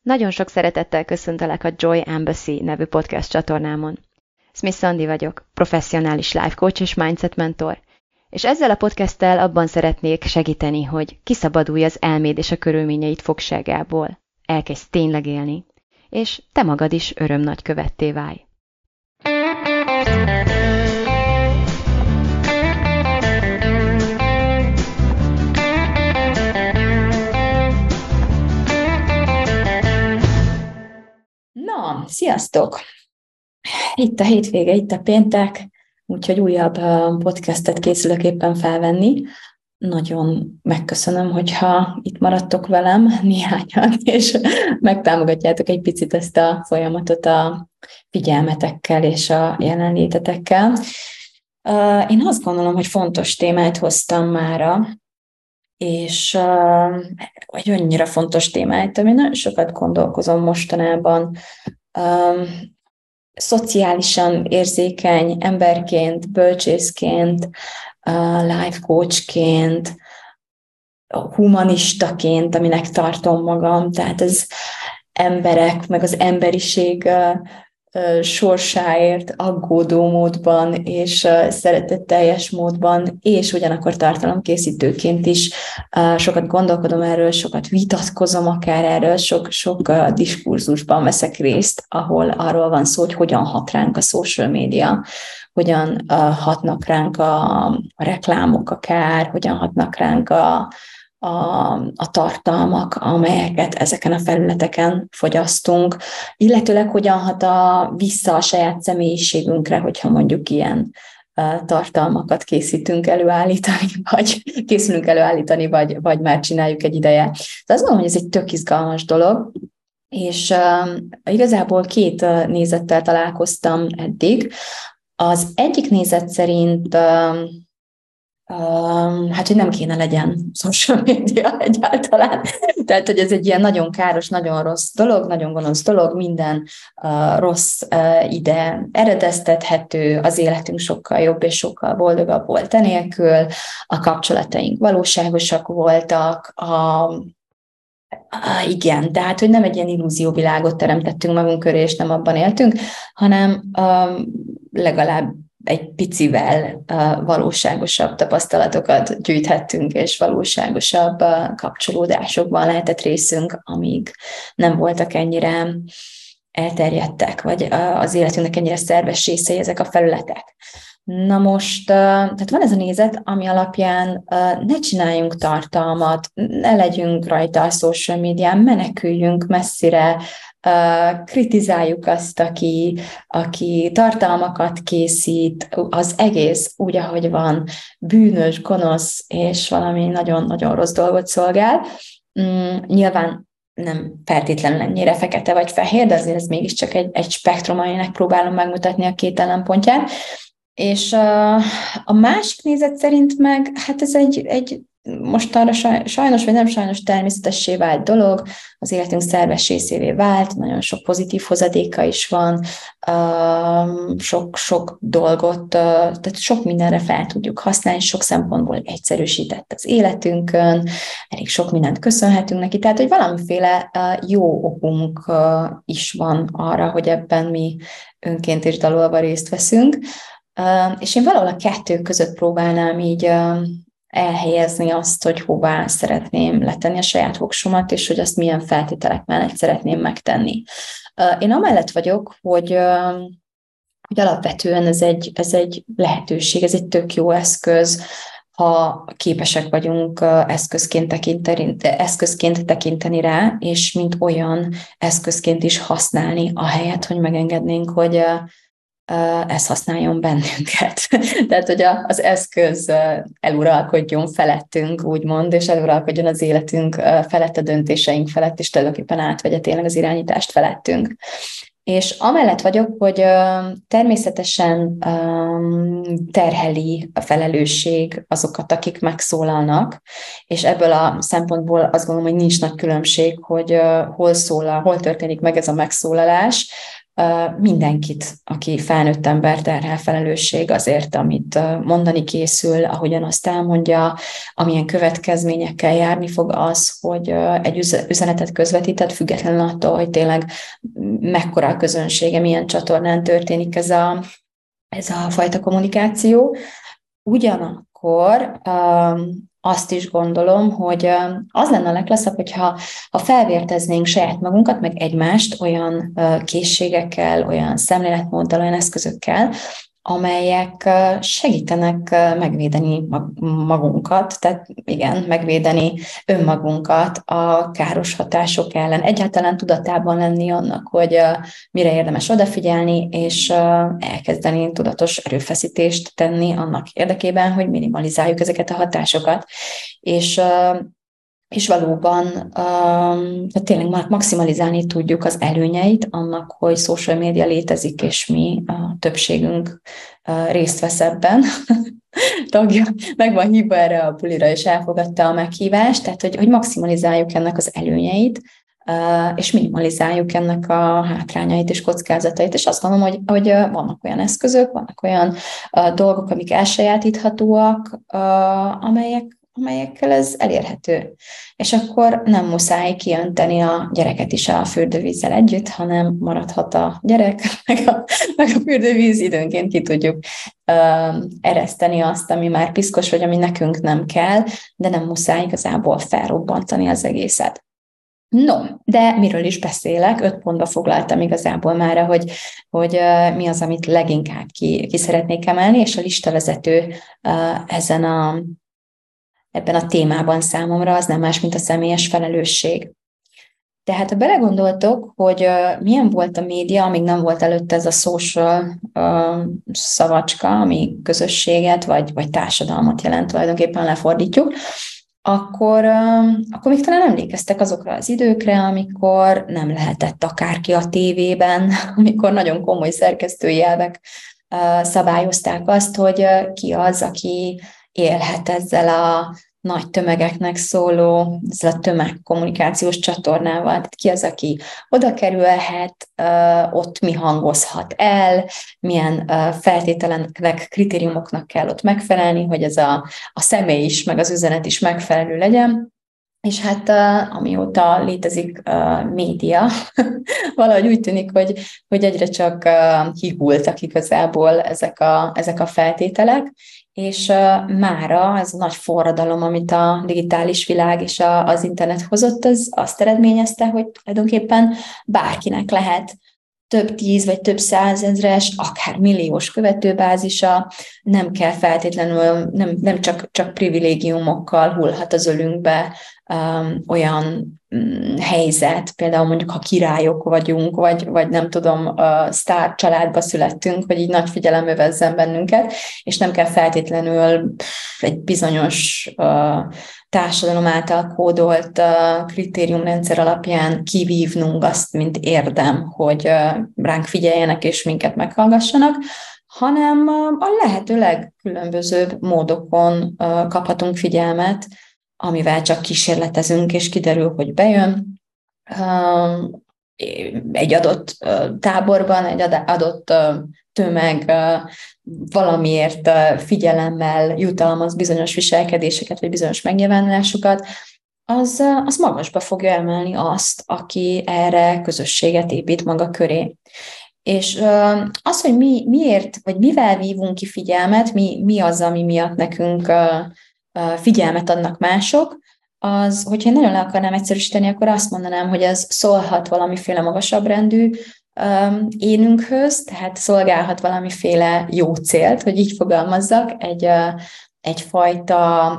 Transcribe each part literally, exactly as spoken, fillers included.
Nagyon sok szeretettel köszöntelek a Joy Embassy nevű podcast csatornámon. Smith Andi vagyok, professzionális life coach és mindset mentor, és ezzel a podcasttel abban szeretnék segíteni, hogy kiszabadulj az elméd és a körülményeid fogságából, elkezdj tényleg élni, és te magad is örömnagykövetté válj. Na, sziasztok! Itt a hétvége, itt a péntek, úgyhogy újabb podcastet készülök éppen felvenni. Nagyon megköszönöm, hogyha itt maradtok velem néhányan, és megtámogatjátok egy picit ezt a folyamatot a figyelmetekkel és a jelenlétetekkel. Én azt gondolom, hogy fontos témát hoztam mára, és egy annyira fontos témát, ami nagyon sokat gondolkozom mostanában. Um, szociálisan érzékeny emberként, bölcsészként, uh, life coachként, humanistaként, aminek tartom magam, tehát az emberek, meg az emberiség uh, uh, sorsáért aggódó módban, és uh, szeretetteljes módban, és ugyanakkor tartalomkészítőként is uh, sokat gondolkodom erről, sokat vitatkozom akár erről, sok, sok uh, diskurzusban veszek részt, ahol arról van szó, hogy hogyan hat ránk a social media, hogyan uh, hatnak ránk a, a reklámok akár, hogyan hatnak ránk a A, a tartalmak, amelyeket ezeken a felületeken fogyasztunk, illetőleg hogyan hat a, vissza a saját személyiségünkre, hogyha mondjuk ilyen uh, tartalmakat készítünk előállítani, vagy készülünk előállítani, vagy, vagy már csináljuk egy ideje. De azt gondolom, hogy ez egy tök izgalmas dolog, és uh, igazából két uh, nézettel találkoztam eddig. Az egyik nézet szerint uh, Um, hát, hogy nem kéne legyen social media egyáltalán. Tehát, hogy ez egy ilyen nagyon káros, nagyon rossz dolog, nagyon gonosz dolog, minden uh, rossz uh, ide eredeztethető, az életünk sokkal jobb és sokkal boldogabb volt enélkül, a kapcsolataink valóságosak voltak, a Ah, igen, tehát, hogy nem egy ilyen illúzióvilágot teremtettünk magunk köré, és nem abban éltünk, hanem um, legalább egy picivel uh, valóságosabb tapasztalatokat gyűjthettünk, és valóságosabb uh, kapcsolódásokban lehetett részünk, amíg nem voltak ennyire elterjedtek, vagy uh, az életünknek ennyire szerves részei ezek a felületek. Na most, tehát van ez a nézet, ami alapján ne csináljunk tartalmat, ne legyünk rajta a social médián, meneküljünk messzire, kritizáljuk azt, aki, aki tartalmakat készít, az egész úgy, ahogy van, bűnös, gonosz, és valami nagyon-nagyon rossz dolgot szolgál. Nyilván nem feltétlenül ennyire fekete vagy fehér, de azért ez mégiscsak egy, egy spektrum, aminek próbálom megmutatni a két ellenpontját. És a, a másik nézet szerint meg, hát ez egy, egy mostanra sajnos, vagy nem sajnos természetessé vált dolog, az életünk szerves részévé vált, nagyon sok pozitív hozadéka is van, sok-sok dolgot, tehát sok mindenre fel tudjuk használni, sok szempontból egyszerűsített az életünkön, elég sok mindent köszönhetünk neki, tehát hogy valamiféle jó okunk is van arra, hogy ebben mi önként és dalolva részt veszünk. Uh, és én valahol a kettő között próbálnám így uh, elhelyezni azt, hogy hová szeretném letenni a saját voksomat, és hogy azt milyen feltételek mellett szeretném megtenni. Uh, én amellett vagyok, hogy, uh, hogy alapvetően ez egy, ez egy lehetőség, ez egy tök jó eszköz, ha képesek vagyunk uh, eszközként tekinteni, eszközként tekinteni rá, és mint olyan eszközként is használni, ahelyett, hogy megengednénk, hogy uh, ez használjon bennünket. Tehát, hogy az eszköz eluralkodjon felettünk, úgymond, és eluralkodjon az életünk felett, a döntéseink felett, és tulajdonképpen átvegye tényleg az irányítást felettünk. És amellett vagyok, hogy természetesen terheli a felelősség azokat, akik megszólalnak, és ebből a szempontból azt gondolom, hogy nincs nagy különbség, hogy hol szólal, hol történik meg ez a megszólalás, mindenkit, aki felnőtt ember, terhel felelősség azért, amit mondani készül, ahogyan azt elmondja, amilyen következményekkel járni fog az, hogy egy üzenetet közvetített, függetlenül attól, hogy tényleg mekkora a közönsége, milyen csatornán történik ez a, ez a fajta kommunikáció. Ugyanakkor azt is gondolom, hogy az lenne a legklasszabb, hogyha ha felvérteznénk saját magunkat, meg egymást olyan készségekkel, olyan szemléletmóddal, olyan eszközökkel, amelyek segítenek megvédeni magunkat, tehát igen, megvédeni önmagunkat a káros hatások ellen. Egyáltalán tudatában lenni annak, hogy mire érdemes odafigyelni, és elkezdeni tudatos erőfeszítést tenni annak érdekében, hogy minimalizáljuk ezeket a hatásokat. És és valóban uh, tényleg maximalizálni tudjuk az előnyeit annak, hogy social media létezik, és mi, a többségünk uh, részt vesz ebben. Tagja meg van hívva erre a bulira, és elfogadta a meghívást, tehát hogy, hogy maximalizáljuk ennek az előnyeit, uh, és minimalizáljuk ennek a hátrányait és kockázatait. És azt gondolom, hogy, hogy vannak olyan eszközök, vannak olyan uh, dolgok, amik elsajátíthatóak, uh, amelyek amelyekkel ez elérhető. És akkor nem muszáj kiönteni a gyereket is a fürdővízzel együtt, hanem maradhat a gyerek, meg a, meg a fürdővíz, időnként ki tudjuk uh, ereszteni azt, ami már piszkos, vagy ami nekünk nem kell, de nem muszáj igazából felrobbantani az egészet. No, de miről is beszélek? Öt pontba foglaltam igazából már, hogy, hogy uh, mi az, amit leginkább ki, ki szeretnék emelni, és a listavezető uh, ezen a ebben a témában számomra az nem más, mint a személyes felelősség. Tehát ha belegondoltok, hogy uh, milyen volt a média, amíg nem volt előtte ez a social uh, szavacska, ami közösséget vagy, vagy társadalmat jelent, tulajdonképpen lefordítjuk, akkor, uh, akkor még talán emlékeztek azokra az időkre, amikor nem lehetett akárki a tévében, amikor nagyon komoly szerkesztői elvek uh, szabályozták azt, hogy uh, ki az, aki élhet ezzel a nagy tömegeknek szóló, ezzel a tömegkommunikációs csatornával. Tehát ki az, aki oda kerülhet, ott mi hangozhat el, milyen feltételeknek, kritériumoknak kell ott megfelelni, hogy ez a, a személy is, meg az üzenet is megfelelő legyen. És hát amióta létezik média, valahogy úgy tűnik, hogy, hogy egyre csak higultak igazából ezek a, ezek a feltételek, és uh, mára ez a nagy forradalom, amit a digitális világ és a, az internet hozott, az azt eredményezte, hogy tulajdonképpen bárkinek lehet több tíz vagy több százezres, akár milliós követőbázisa, nem kell feltétlenül, nem, nem csak, csak privilégiumokkal hullhat az ölünkbe um, olyan um, helyzet, például mondjuk, ha királyok vagyunk, vagy, vagy nem tudom, uh, sztár családba születtünk, hogy így nagy figyelem övezzen bennünket, és nem kell feltétlenül pff, egy bizonyos uh, társadalom által kódolt uh, kritériumrendszer alapján kivívnunk azt, mint érdem, hogy uh, ránk figyeljenek és minket meghallgassanak, hanem uh, a lehető legkülönbözőbb módokon uh, kaphatunk figyelmet, amivel csak kísérletezünk, és kiderül, hogy bejön uh, egy adott uh, táborban, egy adott uh, tömeg uh, valamiért uh, figyelemmel jutalmaz bizonyos viselkedéseket, vagy bizonyos megnyilvánulásokat, az, uh, az magasba fogja emelni azt, aki erre közösséget épít maga köré. És uh, az, hogy mi, miért, vagy mivel vívunk ki figyelmet, mi, mi az, ami miatt nekünk uh, uh, figyelmet adnak mások, az, hogyha én nagyon le akarnám egyszerűsíteni, akkor azt mondanám, hogy ez szólhat valamiféle magasabb rendű um, énünkhöz, tehát szolgálhat valamiféle jó célt, hogy így fogalmazzak, egy, uh, egyfajta,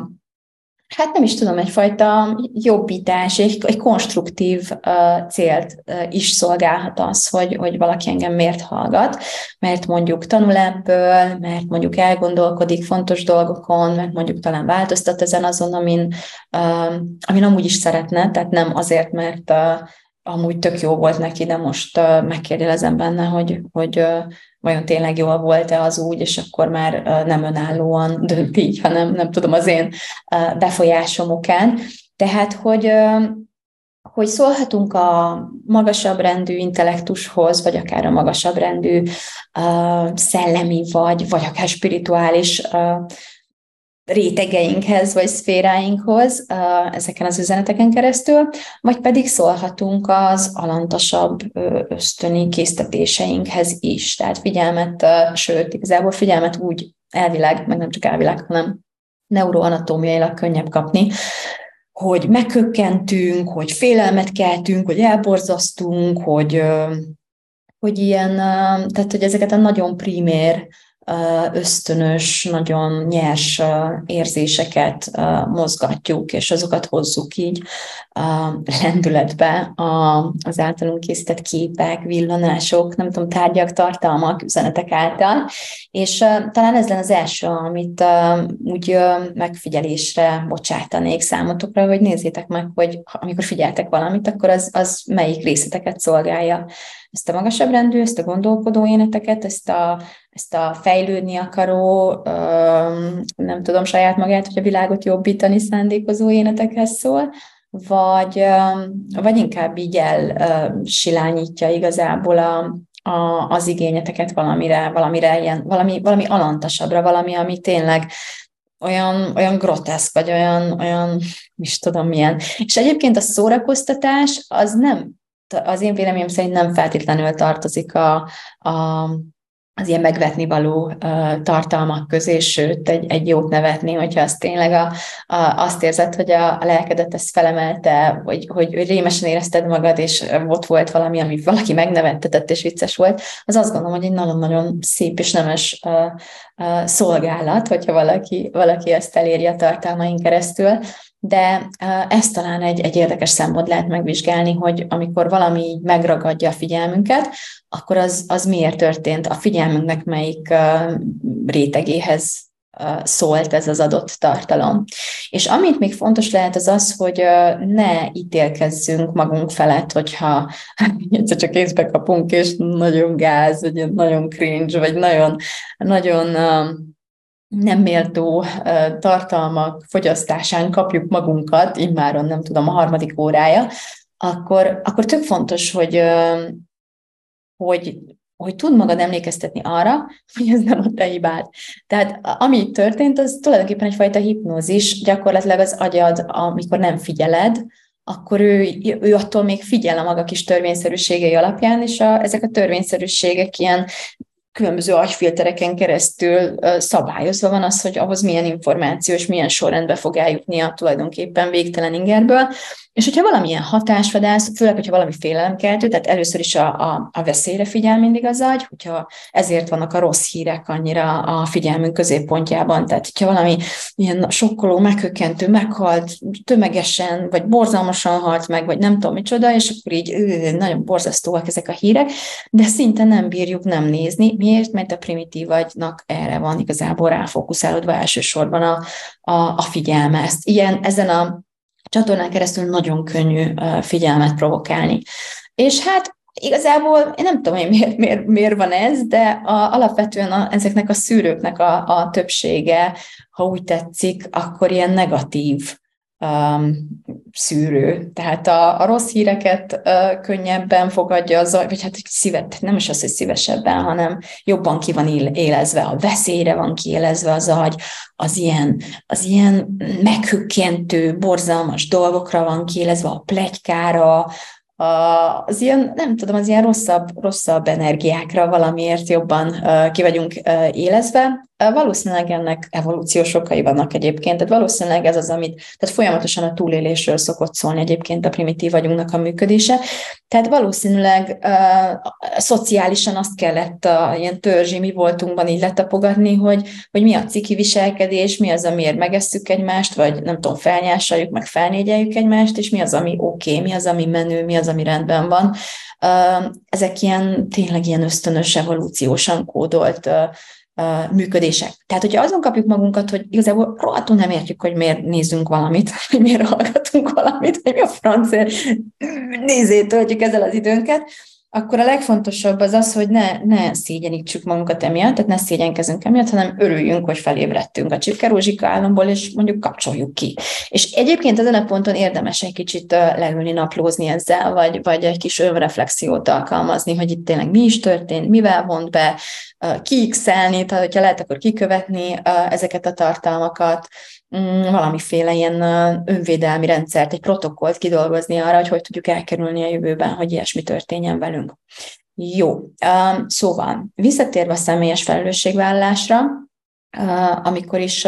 hát nem is tudom, egyfajta jobbítás, egy, egy konstruktív uh, célt uh, is szolgálhat az, hogy, hogy valaki engem miért hallgat, mert mondjuk tanul ebből, mert mondjuk elgondolkodik fontos dolgokon, mert mondjuk talán változtat ezen azon, amin, uh, amin amúgy is szeretne, tehát nem azért, mert uh, amúgy tök jó volt neki, de most uh, megkérdezem benne, hogy, hogy uh, vajon tényleg jól volt-e az úgy, és akkor már uh, nem önállóan dönt így, hanem nem tudom, az én uh, befolyásom okán. Tehát, hogy, uh, hogy szólhatunk a magasabb rendű intellektushoz, vagy akár a magasabb rendű uh, szellemi, vagy, vagy akár spirituális uh, rétegeinkhez, vagy szféráinkhoz uh, ezeken az üzeneteken keresztül, vagy pedig szólhatunk az alantasabb uh, ösztöni késztetéseinkhez is. Tehát figyelmet, uh, sőt, igazából figyelmet úgy elvileg, meg nem csak elvileg, hanem neuroanatómiailag könnyebb kapni, hogy megkökkentünk, hogy félelmet keltünk, hogy elborzasztunk, hogy, hogy ilyen, tehát hogy ezeket a nagyon primér, ösztönös, nagyon nyers érzéseket mozgatjuk, és azokat hozzuk így lendületbe az általunk készített képek, villanások, nem tudom, tárgyak, tartalmak, üzenetek által, és talán ez lenne az első, amit úgy megfigyelésre bocsátanék számotokra, hogy nézzétek meg, hogy amikor figyeltek valamit, akkor az, az melyik részleteket szolgálja. Ezt a magasabb rendű, ezt a gondolkodó éneteket, ezt a, ezt a fejlődni akaró, nem tudom, saját magát, hogy a világot jobbítani szándékozó énetekhez szól, vagy, vagy inkább így elsilányítja igazából a, a, az igényeteket valamire, valamire ilyen, valami, valami alantasabbra, valami, ami tényleg olyan, olyan groteszk, vagy olyan, olyan, is tudom milyen. És egyébként a szórakoztatás az nem, az én véleményem szerint nem feltétlenül tartozik a, a, az ilyen megvetnivaló uh, tartalmak közé, sőt, egy, egy jót nevetni, hogyha azt tényleg a, a, azt érzed, hogy a, a lelkedet ezt felemelte, hogy, hogy, hogy rémesen érezted magad, és ott volt valami, ami valaki megnevettetett, és vicces volt, az azt gondolom, hogy egy nagyon-nagyon szép és nemes uh, uh, szolgálat, hogyha valaki, valaki ezt eléri a tartalmain keresztül. De ez talán egy, egy érdekes szempont lehet megvizsgálni, hogy amikor valami így megragadja a figyelmünket, akkor az, az miért történt, a figyelmünknek melyik rétegéhez szólt ez az adott tartalom. És amit még fontos lehet, az az, hogy ne ítélkezzünk magunk felett, hogyha egyszer csak észbe kapunk, és nagyon gáz, vagy nagyon cringe, vagy nagyon, nagyon nem méltó tartalmak fogyasztásán kapjuk magunkat, immáron nem tudom, a harmadik órája, akkor, akkor tök fontos, hogy, hogy, hogy tud magad emlékeztetni arra, hogy ez nem a te hibád. Tehát ami itt történt, az tulajdonképpen egyfajta hipnózis, gyakorlatilag az agyad, amikor nem figyeled, akkor ő, ő attól még figyel a maga kis törvényszerűségei alapján, és a, ezek a törvényszerűségek ilyen különböző agyfiltereken keresztül szabályozva van az, hogy ahhoz milyen információ és milyen sorrendbe fog eljutnia tulajdonképpen végtelen ingerből. És hogyha valamilyen hatásvadász, főleg, hogyha valami félelemkeltő, tehát először is a, a, a veszélyre figyel mindig az agy, hogyha ezért vannak a rossz hírek annyira a figyelmünk középpontjában, tehát hogyha valami ilyen sokkoló, meghökkentő, meghalt tömegesen, vagy borzalmasan halt meg, vagy nem tudom micsoda, és akkor így ő, nagyon borzasztóak ezek a hírek, de szinte nem bírjuk nem nézni. Miért? Mert a primitív agynak erre van igazából ráfókuszálódva elsősorban a, a, a figyelme. Ezt ilyen, ezen a csatornán keresztül nagyon könnyű figyelmet provokálni. És hát igazából én nem tudom, hogy miért, miért, miért van ez, de a, alapvetően a, ezeknek a szűrőknek a, a többsége, ha úgy tetszik, akkor ilyen negatív um, szűrő. Tehát a, a rossz híreket uh, könnyebben fogadja az, vagy hát szívet, nem is az, hogy szívesebben, hanem jobban ki van élezve, a veszélyre van kiélezve az agy, az ilyen, az ilyen meghökkentő, borzalmas dolgokra van kiélezve, a pletykára, az ilyen, nem tudom, az ilyen rosszabb, rosszabb energiákra valamiért jobban ki vagyunk élezve. Valószínűleg ennek evolúciós okai vannak egyébként, tehát valószínűleg ez az, amit, tehát folyamatosan a túlélésről szokott szólni egyébként a primitív agyunknak a működése. Tehát valószínűleg uh, szociálisan azt kellett a ilyen törzsi mi voltunkban így letapogatni, hogy, hogy mi a ciki viselkedés, mi az, amiért megesszük egymást, vagy nem tudom, felnyásoljuk, meg felnégyeljük egymást, és mi az, ami oké, okay, mi az, ami menő, mi az, ami rendben van. Uh, ezek ilyen, tényleg ilyen ösztönös, evolúciósan kódolt uh, működések. Tehát, hogyha azon kapjuk magunkat, hogy igazából rohadtul nem értjük, hogy miért nézzünk valamit, hogy miért hallgatunk valamit, hogy mi a francia nézzét töltjük ezzel az időnket, akkor a legfontosabb az az, hogy ne, ne szégyenítsük magunkat emiatt, tehát ne szégyenkezünk emiatt, hanem örüljünk, hogy felébredtünk a csipke-rózsika álomból, és mondjuk kapcsoljuk ki. És egyébként ezen a ponton érdemes egy kicsit leülni, naplózni ezzel, vagy, vagy egy kis önreflexiót alkalmazni, hogy itt tényleg mi is történt, mivel vont be, kiixelni, tehát hogyha lehet, akkor kikövetni ezeket a tartalmakat, valamiféle ilyen önvédelmi rendszert, egy protokollt kidolgozni arra, hogy hogy tudjuk elkerülni a jövőben, hogy ilyesmi történjen velünk. Jó, szóval visszatérve a személyes felelősségvállalásra, amikor is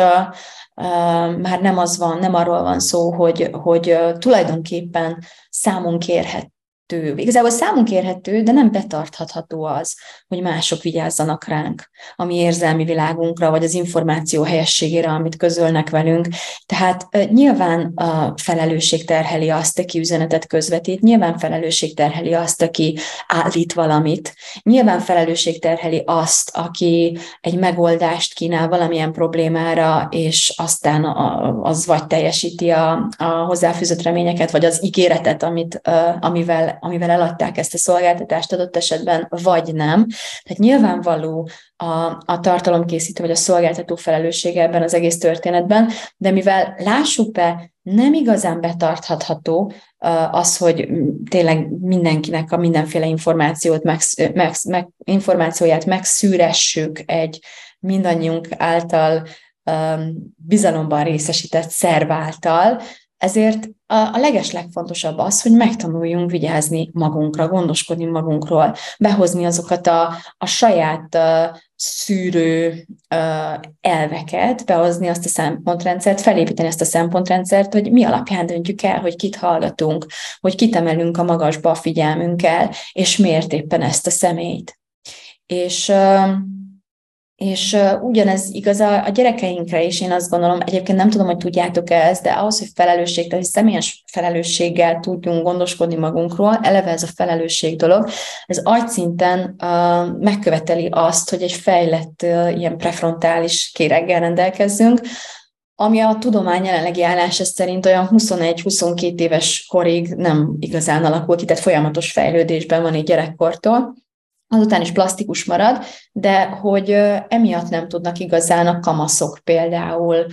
már nem az van, nem arról van szó, hogy, hogy tulajdonképpen számon kérhet, Igazából számunk érhető, de nem betartható az, hogy mások vigyázzanak ránk, a mi érzelmi világunkra, vagy az információ helyességére, amit közölnek velünk. Tehát nyilván a felelősség terheli azt, aki üzenetet közvetít, nyilván felelősség terheli azt, aki állít valamit, nyilván felelősség terheli azt, aki egy megoldást kínál valamilyen problémára, és aztán az vagy teljesíti a, a hozzáfűzött reményeket, vagy az ígéretet, amit, amivel amivel eladták ezt a szolgáltatást adott esetben, vagy nem. Tehát nyilvánvaló a, a tartalomkészítő vagy a szolgáltató felelőssége ebben az egész történetben, de mivel lássuk be, nem igazán betartható az, hogy tényleg mindenkinek a mindenféle információt meg, meg, meg, információját megszűressük egy mindannyiunk által um, bizalomban részesített szerv által, ezért a legeslegfontosabb az, hogy megtanuljunk vigyázni magunkra, gondoskodni magunkról, behozni azokat a, a saját uh, szűrő uh, elveket, behozni azt a szempontrendszert, felépíteni ezt a szempontrendszert, hogy mi alapján döntjük el, hogy kit hallgatunk, hogy kit emelünk a magasba a figyelmünkkel, és miért éppen ezt a személyt. És... Uh, És uh, ugyanez igaz a, a gyerekeinkre is, én azt gondolom, egyébként nem tudom, hogy tudjátok-e ezt, de ahhoz, hogy felelősség, tehát hogy személyes felelősséggel tudjunk gondoskodni magunkról, eleve ez a felelősség dolog, ez agyszinten uh, megköveteli azt, hogy egy fejlett uh, ilyen prefrontális kéreggel rendelkezzünk, ami a tudomány jelenlegi állása szerint olyan huszonegy-huszonkettő éves korig nem igazán alakul ki, tehát folyamatos fejlődésben van egy gyerekkortól, azután is plastikus marad, de hogy emiatt nem tudnak igazán a kamaszok például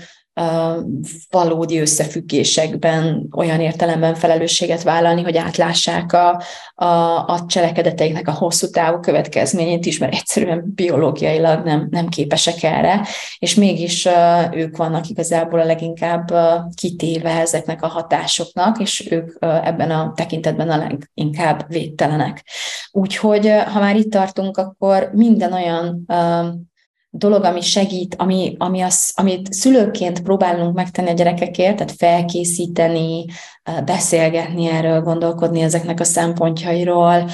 valódi összefüggésekben, olyan értelemben felelősséget vállalni, hogy átlássák a, a, a cselekedeteiknek a hosszú távú következményét is, mert egyszerűen biológiailag nem, nem képesek erre, és mégis uh, ők vannak igazából a leginkább uh, kitéve ezeknek a hatásoknak, és ők uh, ebben a tekintetben a leginkább védtelenek. Úgyhogy uh, ha már itt tartunk, akkor minden olyan uh, dolog, ami segít, ami, ami az, amit szülőként próbálunk megtenni a gyerekekért, tehát felkészíteni, beszélgetni erről, gondolkodni ezeknek a szempontjairól,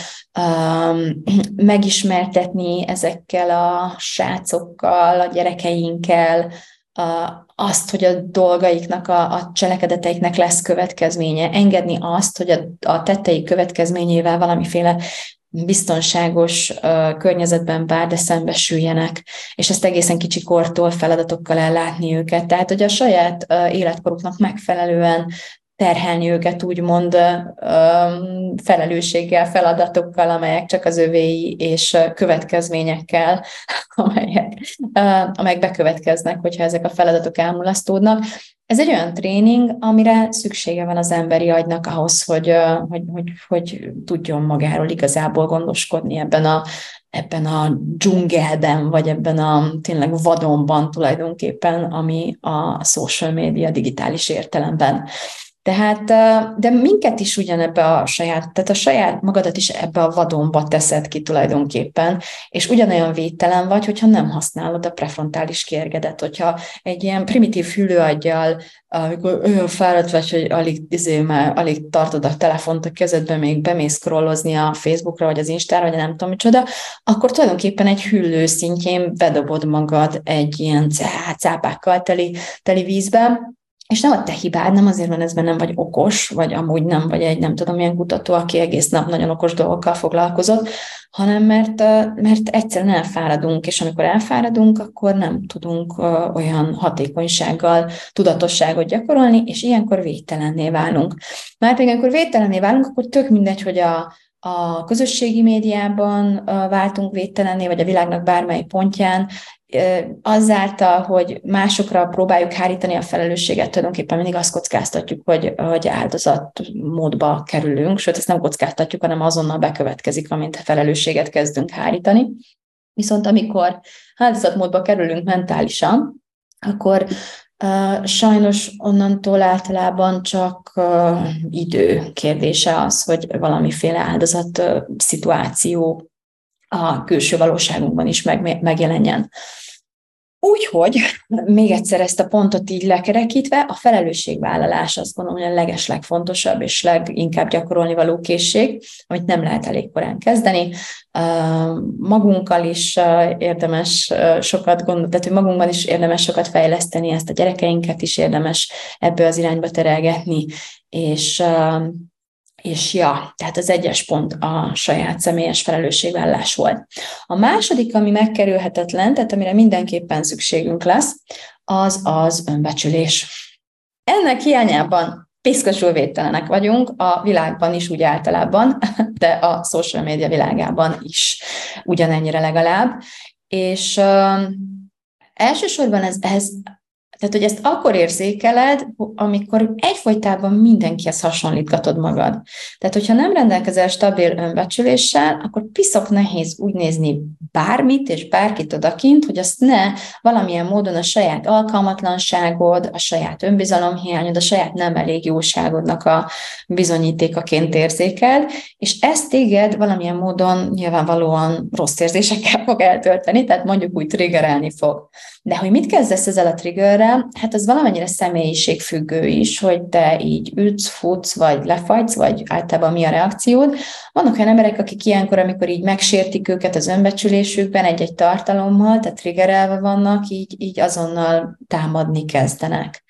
megismertetni ezekkel a srácokkal, a gyerekeinkkel, azt, hogy a dolgaiknak, a, a cselekedeteiknek lesz következménye, engedni azt, hogy a, a tetteik következményével valamiféle biztonságos uh, környezetben bár, de szembesüljenek, és ezt egészen kicsi kortól feladatokkal ellátni őket. Tehát, hogy a saját uh, életkoruknak megfelelően terhelni őket úgymond um, felelősséggel, feladatokkal, amelyek csak az övéi, és következményekkel, amelyek, uh, amelyek bekövetkeznek, hogyha ezek a feladatok elmulasztódnak. Ez egy olyan tréning, amire szüksége van az emberi agynak ahhoz, hogy, uh, hogy, hogy, hogy tudjon magáról igazából gondoskodni ebben a, ebben a dzsungelben, vagy ebben a tényleg vadonban tulajdonképpen, ami a social media digitális értelemben. Tehát, de minket is ugyanebbe a saját, tehát a saját magadat is ebbe a vadonba teszed ki tulajdonképpen, és ugyanolyan védtelen vagy, hogyha nem használod a prefrontális kérgedet, hogyha egy ilyen primitív hüllőaggyal, amikor olyan fáradt vagy, hogy alig, izé, már alig tartod a telefont a kezedbe, még bemész scrollozni a Facebookra, vagy az Instára, vagy nem tudom micsoda, akkor tulajdonképpen egy hüllő szintjén bedobod magad egy ilyen cápákkal teli, teli vízbe, és nem a te hibád, nem azért van ez, mert nem vagy okos, vagy amúgy nem vagy egy nem tudom milyen kutató, aki egész nap nagyon okos dolgokkal foglalkozott, hanem mert, mert egyszerűen elfáradunk, és amikor elfáradunk, akkor nem tudunk olyan hatékonysággal tudatosságot gyakorolni, és ilyenkor védtelenné válunk. Már pedig amikor védtelenné válunk, akkor tök mindegy, hogy a a közösségi médiában váltunk védtelenné, vagy a világnak bármely pontján, azáltal, hogy másokra próbáljuk hárítani a felelősséget, tulajdonképpen mindig azt kockáztatjuk, hogy, hogy áldozatmódba kerülünk, sőt, ezt nem kockáztatjuk, hanem azonnal bekövetkezik, amint felelősséget kezdünk hárítani. Viszont amikor áldozatmódba kerülünk mentálisan, akkor uh, sajnos onnantól általában csak uh, idő kérdése az, hogy valamiféle áldozat uh, szituáció a külső valóságunkban is meg, megjelenjen. Úgyhogy még egyszer ezt a pontot így lekerekítve, a felelősségvállalás azt gondolom, hogy a legeslegfontosabb és leginkább gyakorolni való készség, amit nem lehet elég korán kezdeni. Magunkkal is érdemes sokat gondolni, tehát hogy magunkban is érdemes sokat fejleszteni, ezt a gyerekeinket is érdemes ebbe az irányba terelgetni, és És ja, tehát az egyes pont a saját személyes felelősségvállalás volt. A második, ami megkerülhetetlen, tehát amire mindenképpen szükségünk lesz, az az önbecsülés. Ennek hiányában piszkosul védtelenek vagyunk a világban is úgy általában, de a social media világában is ugyanennyire legalább. És uh, elsősorban ez, ez Tehát, hogy ezt akkor érzékeled, amikor egyfolytában mindenkihez hasonlítgatod magad. Tehát, hogyha nem rendelkezel stabil önbecsüléssel, akkor piszok nehéz úgy nézni bármit és bárkit odakint, hogy azt ne valamilyen módon a saját alkalmatlanságod, a saját önbizalomhiányod, a saját nem elég jóságodnak a bizonyítékaként érzékeld, és ezt téged valamilyen módon nyilvánvalóan rossz érzésekkel fog eltölteni, tehát mondjuk úgy triggerelni fog. De hogy mit kezdesz ezzel a triggerrel, hát az valamennyire személyiségfüggő is, hogy te így ütsz, futsz, vagy lefagysz, vagy általában mi a reakciód. Vannak olyan emberek, akik ilyenkor, amikor így megsértik őket az önbecsülésükben egy-egy tartalommal, tehát triggerelve vannak, így, így azonnal támadni kezdenek.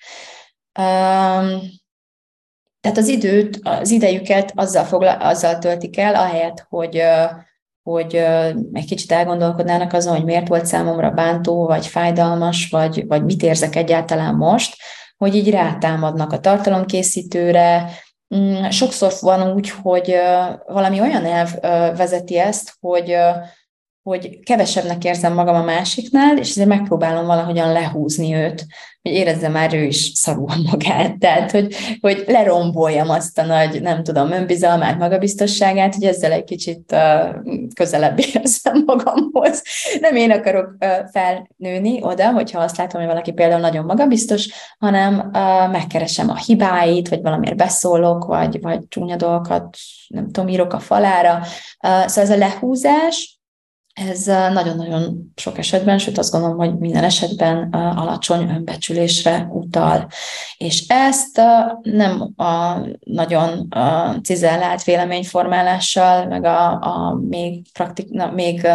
Um, tehát az időt, az idejüket azzal, fogla, azzal töltik el, ahelyett, hogy hogy egy kicsit elgondolkodnának azon, hogy miért volt számomra bántó, vagy fájdalmas, vagy, vagy mit érzek egyáltalán most, hogy így rátámadnak a tartalomkészítőre. Sokszor van úgy, hogy valami olyan elv vezeti ezt, hogy, hogy kevesebbnek érzem magam a másiknál, és ezért megpróbálom valahogyan lehúzni őt, hogy érezze már ő is szarul magát. Tehát, hogy, hogy leromboljam azt a nagy, nem tudom, önbizalmát, magabiztosságát, hogy ezzel egy kicsit uh, közelebb érzem magamhoz. Nem én akarok uh, felnőni oda, hogyha azt látom, hogy valaki például nagyon magabiztos, hanem uh, megkeresem a hibáit, vagy valamiért beszólok, vagy, vagy csúnya dolgokat, nem tudom, írok a falára. Uh, szóval ez a lehúzás, ez nagyon-nagyon sok esetben, sőt azt gondolom, hogy minden esetben alacsony önbecsülésre utal. És ezt nem a nagyon cizellált véleményformálással, meg a, a még, praktik, na, még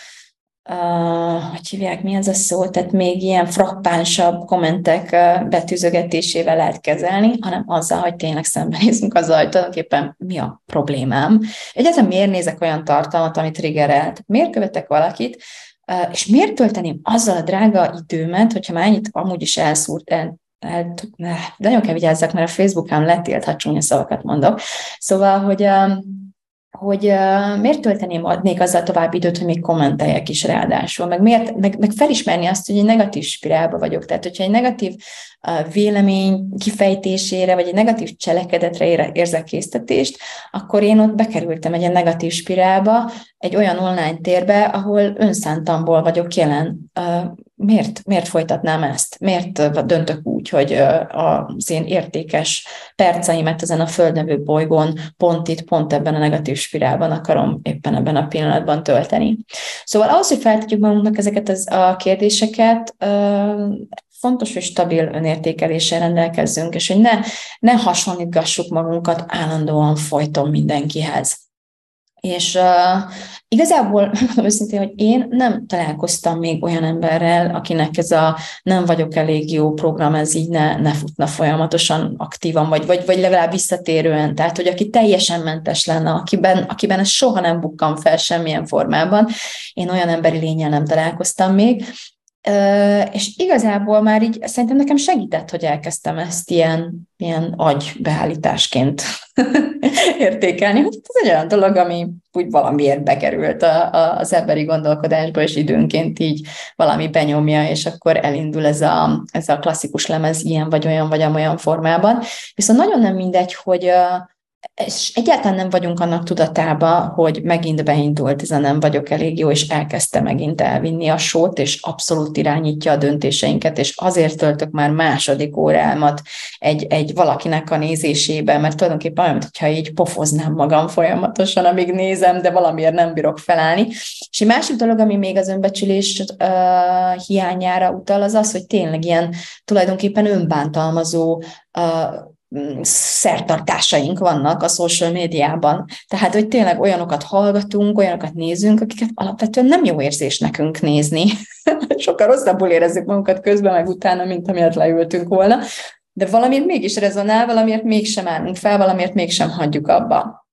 Uh, hogy hívják, mi ez a szó, tehát még ilyen frappánsabb kommentek uh, betűzögetésével lehet kezelni, hanem azzal, hogy tényleg szembenézünk azzal, hogy tulajdonképpen mi a problémám. Egyáltalán miért nézek olyan tartalmat, amit triggerelt? Miért követek valakit, uh, és miért tölteném azzal a drága időmet, hogyha már ennyit amúgy is elszúrt, el, el, de nagyon kell vigyázzak, mert a Facebookon letilt, ha csúnya szavakat mondok. Szóval, hogy um, hogy uh, miért tölteném adnék azzal tovább időt, hogy még kommenteljek is ráadásul, meg, miért, meg, meg felismerni azt, hogy egy negatív spirálba vagyok. Tehát, hogyha egy negatív uh, vélemény kifejtésére, vagy egy negatív cselekedetre ér, érzek késztetést, akkor én ott bekerültem egy ilyen negatív spirálba, egy olyan online térbe, ahol önszántamból vagyok jelen. Uh, miért, miért folytatnám ezt? Miért döntök úgy, hogy az én értékes perceimet ezen a földnevő bolygón pont itt, pont ebben a negatív spirálban akarom éppen ebben a pillanatban tölteni. Szóval ahhoz, hogy feltetjük magunknak ezeket az, a kérdéseket, fontos, hogy stabil önértékeléssel rendelkezzünk, és hogy ne, ne hasonlítgassuk magunkat állandóan folyton mindenkihez. És uh, igazából megmondom őszintén, hogy én nem találkoztam még olyan emberrel, akinek ez a nem vagyok elég jó program, ez így ne, ne futna folyamatosan aktívan, vagy, vagy, vagy legalább visszatérően. Tehát, hogy aki teljesen mentes lenne, akiben, akiben ez soha nem bukkan fel semmilyen formában. Én olyan emberi lénnyel nem találkoztam még. És igazából már így szerintem nekem segített, hogy elkezdtem ezt ilyen, ilyen agybeállításként értékelni, hogy ez egy olyan dolog, ami úgy valamiért bekerült a, a, az emberi gondolkodásba, és időnként így valami benyomja, és akkor elindul ez a, ez a klasszikus lemez ilyen vagy olyan vagy amolyan formában. Viszont nagyon nem mindegy, hogy és egyáltalán nem vagyunk annak tudatában, hogy megint beindult ez a nem vagyok elég jó, és elkezdte megint elvinni a sót, és abszolút irányítja a döntéseinket, és azért töltök már második órámat egy, egy valakinek a nézésébe, mert tulajdonképpen olyan, mintha így pofoznám magam folyamatosan, amíg nézem, de valamiért nem bírok felállni. És egy másik dolog, ami még az önbecsülés uh, hiányára utal, az az, hogy tényleg ilyen tulajdonképpen önbántalmazó uh, szertartásaink vannak a social médiában. Tehát, hogy tényleg olyanokat hallgatunk, olyanokat nézünk, akiket alapvetően nem jó érzés nekünk nézni. Sokkal rosszabbul érezzük magunkat közben, meg utána, mint amiért leültünk volna. De valamiért mégis rezonál, valamiért mégsem állunk fel, valamiért mégsem hagyjuk abba.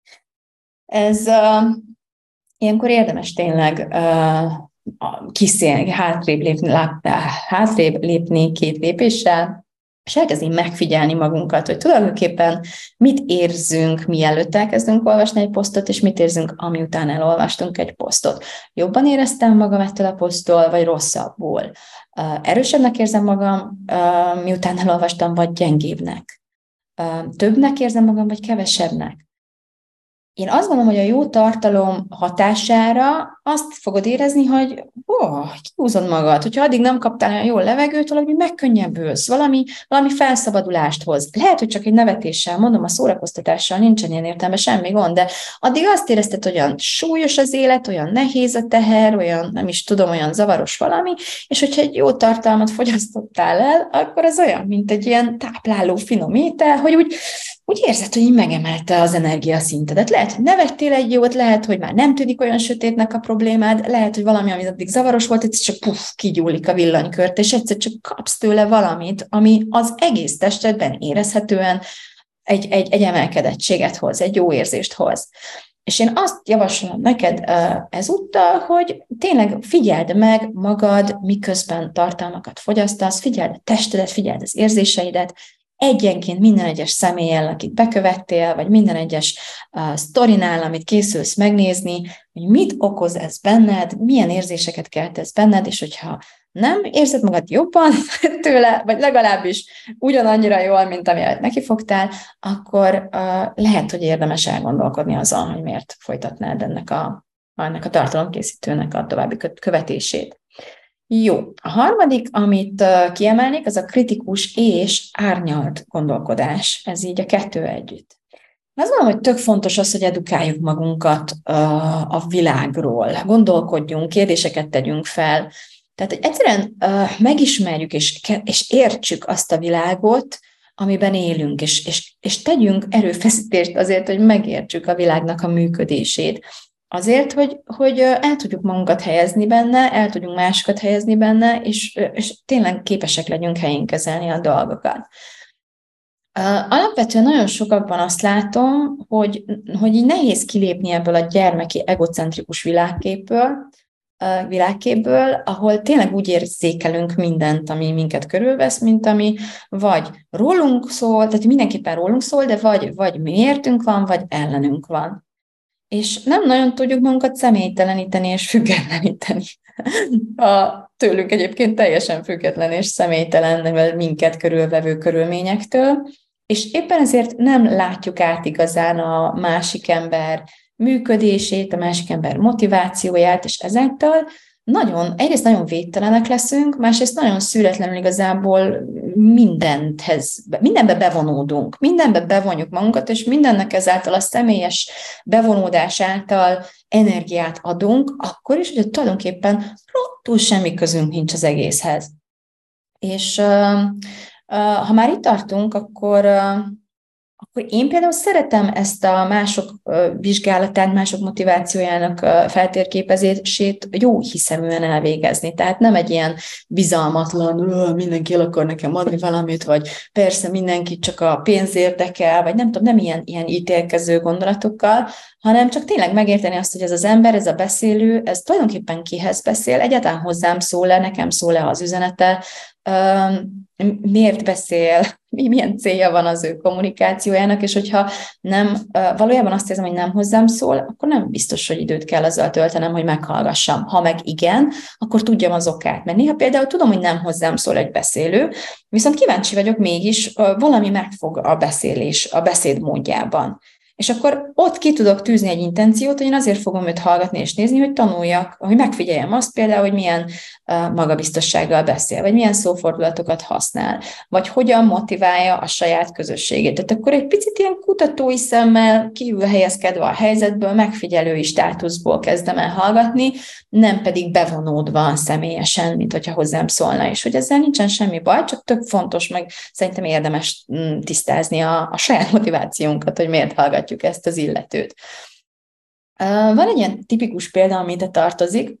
Ez uh, ilyenkor érdemes tényleg uh, kiszélni, hátrébb lépni, hátrébb lépni két lépéssel, és elkezdeni megfigyelni magunkat, hogy tulajdonképpen mit érzünk, mielőtt elkezdünk olvasni egy posztot, és mit érzünk, amiután elolvastunk egy posztot. Jobban éreztem magam ettől a poszttól, vagy rosszabbul. Erősebbnek érzem magam, miután elolvastam, vagy gyengébbnek. Többnek érzem magam, vagy kevesebbnek. Én azt gondolom, hogy a jó tartalom hatására azt fogod érezni, hogy ó, kihúzod magad, hogyha addig nem kaptál olyan jól levegőt, valami megkönnyebbülsz, valami, valami felszabadulást hoz. Lehet, hogy csak egy nevetéssel, mondom, a szórakoztatással nincsen ilyen értelme, semmi gond, de addig azt érezted, hogy olyan súlyos az élet, olyan nehéz a teher, olyan, nem is tudom, olyan zavaros valami, és hogyha egy jó tartalmat fogyasztottál el, akkor az olyan, mint egy ilyen tápláló finom étel, hogy úgy úgy érzed, hogy így megemelte az energiaszintedet. Lehet, hogy nevettél egy jót, lehet, hogy már nem tűnik olyan sötétnek a problémád, lehet, hogy valami, ami addig zavaros volt, egyszer csak puff, kigyúlik a villanykört, és egyszer csak kapsz tőle valamit, ami az egész testedben érezhetően egy, egy, egy emelkedettséget hoz, egy jó érzést hoz. És én azt javaslom neked ezúttal, hogy tényleg figyeld meg magad, miközben tartalmakat fogyasztasz, figyeld a testedet, figyeld az érzéseidet, egyenként minden egyes személlyel, akit bekövettél, vagy minden egyes uh, sztorinál, amit készülsz megnézni, hogy mit okoz ez benned, milyen érzéseket kelt ez benned, és hogyha nem érzed magad jobban tőle, vagy legalábbis ugyanannyira jól, mint amiért nekifogtál, akkor uh, lehet, hogy érdemes elgondolkodni azon, hogy miért folytatnád ennek a, ennek a tartalomkészítőnek a további követését. Jó. A harmadik, amit kiemelnék, az a kritikus és árnyalt gondolkodás. Ez így a kettő együtt. Azt mondom, hogy tök fontos az, hogy edukáljuk magunkat a világról, gondolkodjunk, kérdéseket tegyünk fel. Tehát, hogy egyszerűen megismerjük és, és értsük azt a világot, amiben élünk, és, és, és tegyünk erőfeszítést azért, hogy megértsük a világnak a működését. Azért, hogy, hogy el tudjuk magunkat helyezni benne, el tudjunk másokat helyezni benne, és, és tényleg képesek legyünk helyén kezelni a dolgokat. Alapvetően nagyon sokakban azt látom, hogy, hogy így nehéz kilépni ebből a gyermeki egocentrikus világképből, világképből, ahol tényleg úgy érzékelünk mindent, ami minket körülvesz, mint ami vagy rólunk szól, tehát mindenképpen rólunk szól, de vagy, vagy miértünk van, vagy ellenünk van. És nem nagyon tudjuk magunkat személyteleníteni és függetleníteni. A tőlünk egyébként teljesen független és személytelen minket körülvevő körülményektől, és éppen ezért nem látjuk át igazán a másik ember működését, a másik ember motivációját, és ezáltal nagyon, egyrészt nagyon védtelenek leszünk, másrészt nagyon születlenül igazából mindenthez, mindenbe bevonódunk, mindenbe bevonjuk magunkat, és mindennek ezáltal a személyes bevonódás által energiát adunk, akkor is, hogy tulajdonképpen rottul semmi közünk nincs az egészhez. És uh, uh, ha már itt tartunk, akkor, uh, akkor én például szeretem ezt a mások vizsgálatát, mások motivációjának feltérképezését jó hiszeműen elvégezni. Tehát nem egy ilyen bizalmatlan, mindenki el akar nekem adni valamit, vagy persze mindenki csak a pénz érdekel, vagy nem tudom, nem ilyen, ilyen ítélkező gondolatokkal, hanem csak tényleg megérteni azt, hogy ez az ember, ez a beszélő, ez tulajdonképpen kihez beszél, egyáltalán hozzám szól-e, nekem szól-e az üzenete, miért beszél, milyen célja van az ő kommunikációjának, és hogyha nem, valójában azt érzem, hogy nem hozzám szól, akkor nem biztos, hogy időt kell azzal töltenem, hogy meghallgassam. Ha meg igen, akkor tudjam az okát. Mert néha például tudom, hogy nem hozzám szól egy beszélő, viszont kíváncsi vagyok mégis, valami megfog a beszélés, a beszéd módjában. És akkor ott ki tudok tűzni egy intenciót, hogy én azért fogom őt hallgatni és nézni, hogy tanuljak, hogy megfigyeljem azt például, hogy milyen uh, magabiztossággal beszél, vagy milyen szófordulatokat használ, vagy hogyan motiválja a saját közösségét. Tehát akkor egy picit ilyen kutatói szemmel kívül helyezkedve a helyzetből, megfigyelői státuszból kezdem el hallgatni, nem pedig bevonódva személyesen, mint hogyha hozzám szólna, és hogy ezzel nincsen semmi baj, csak tök fontos, meg szerintem érdemes tisztázni a, a saját motivációnkat, hogy miért hallgatjuk ezt az illetőt. Van egy ilyen tipikus példa, ami ide tartozik,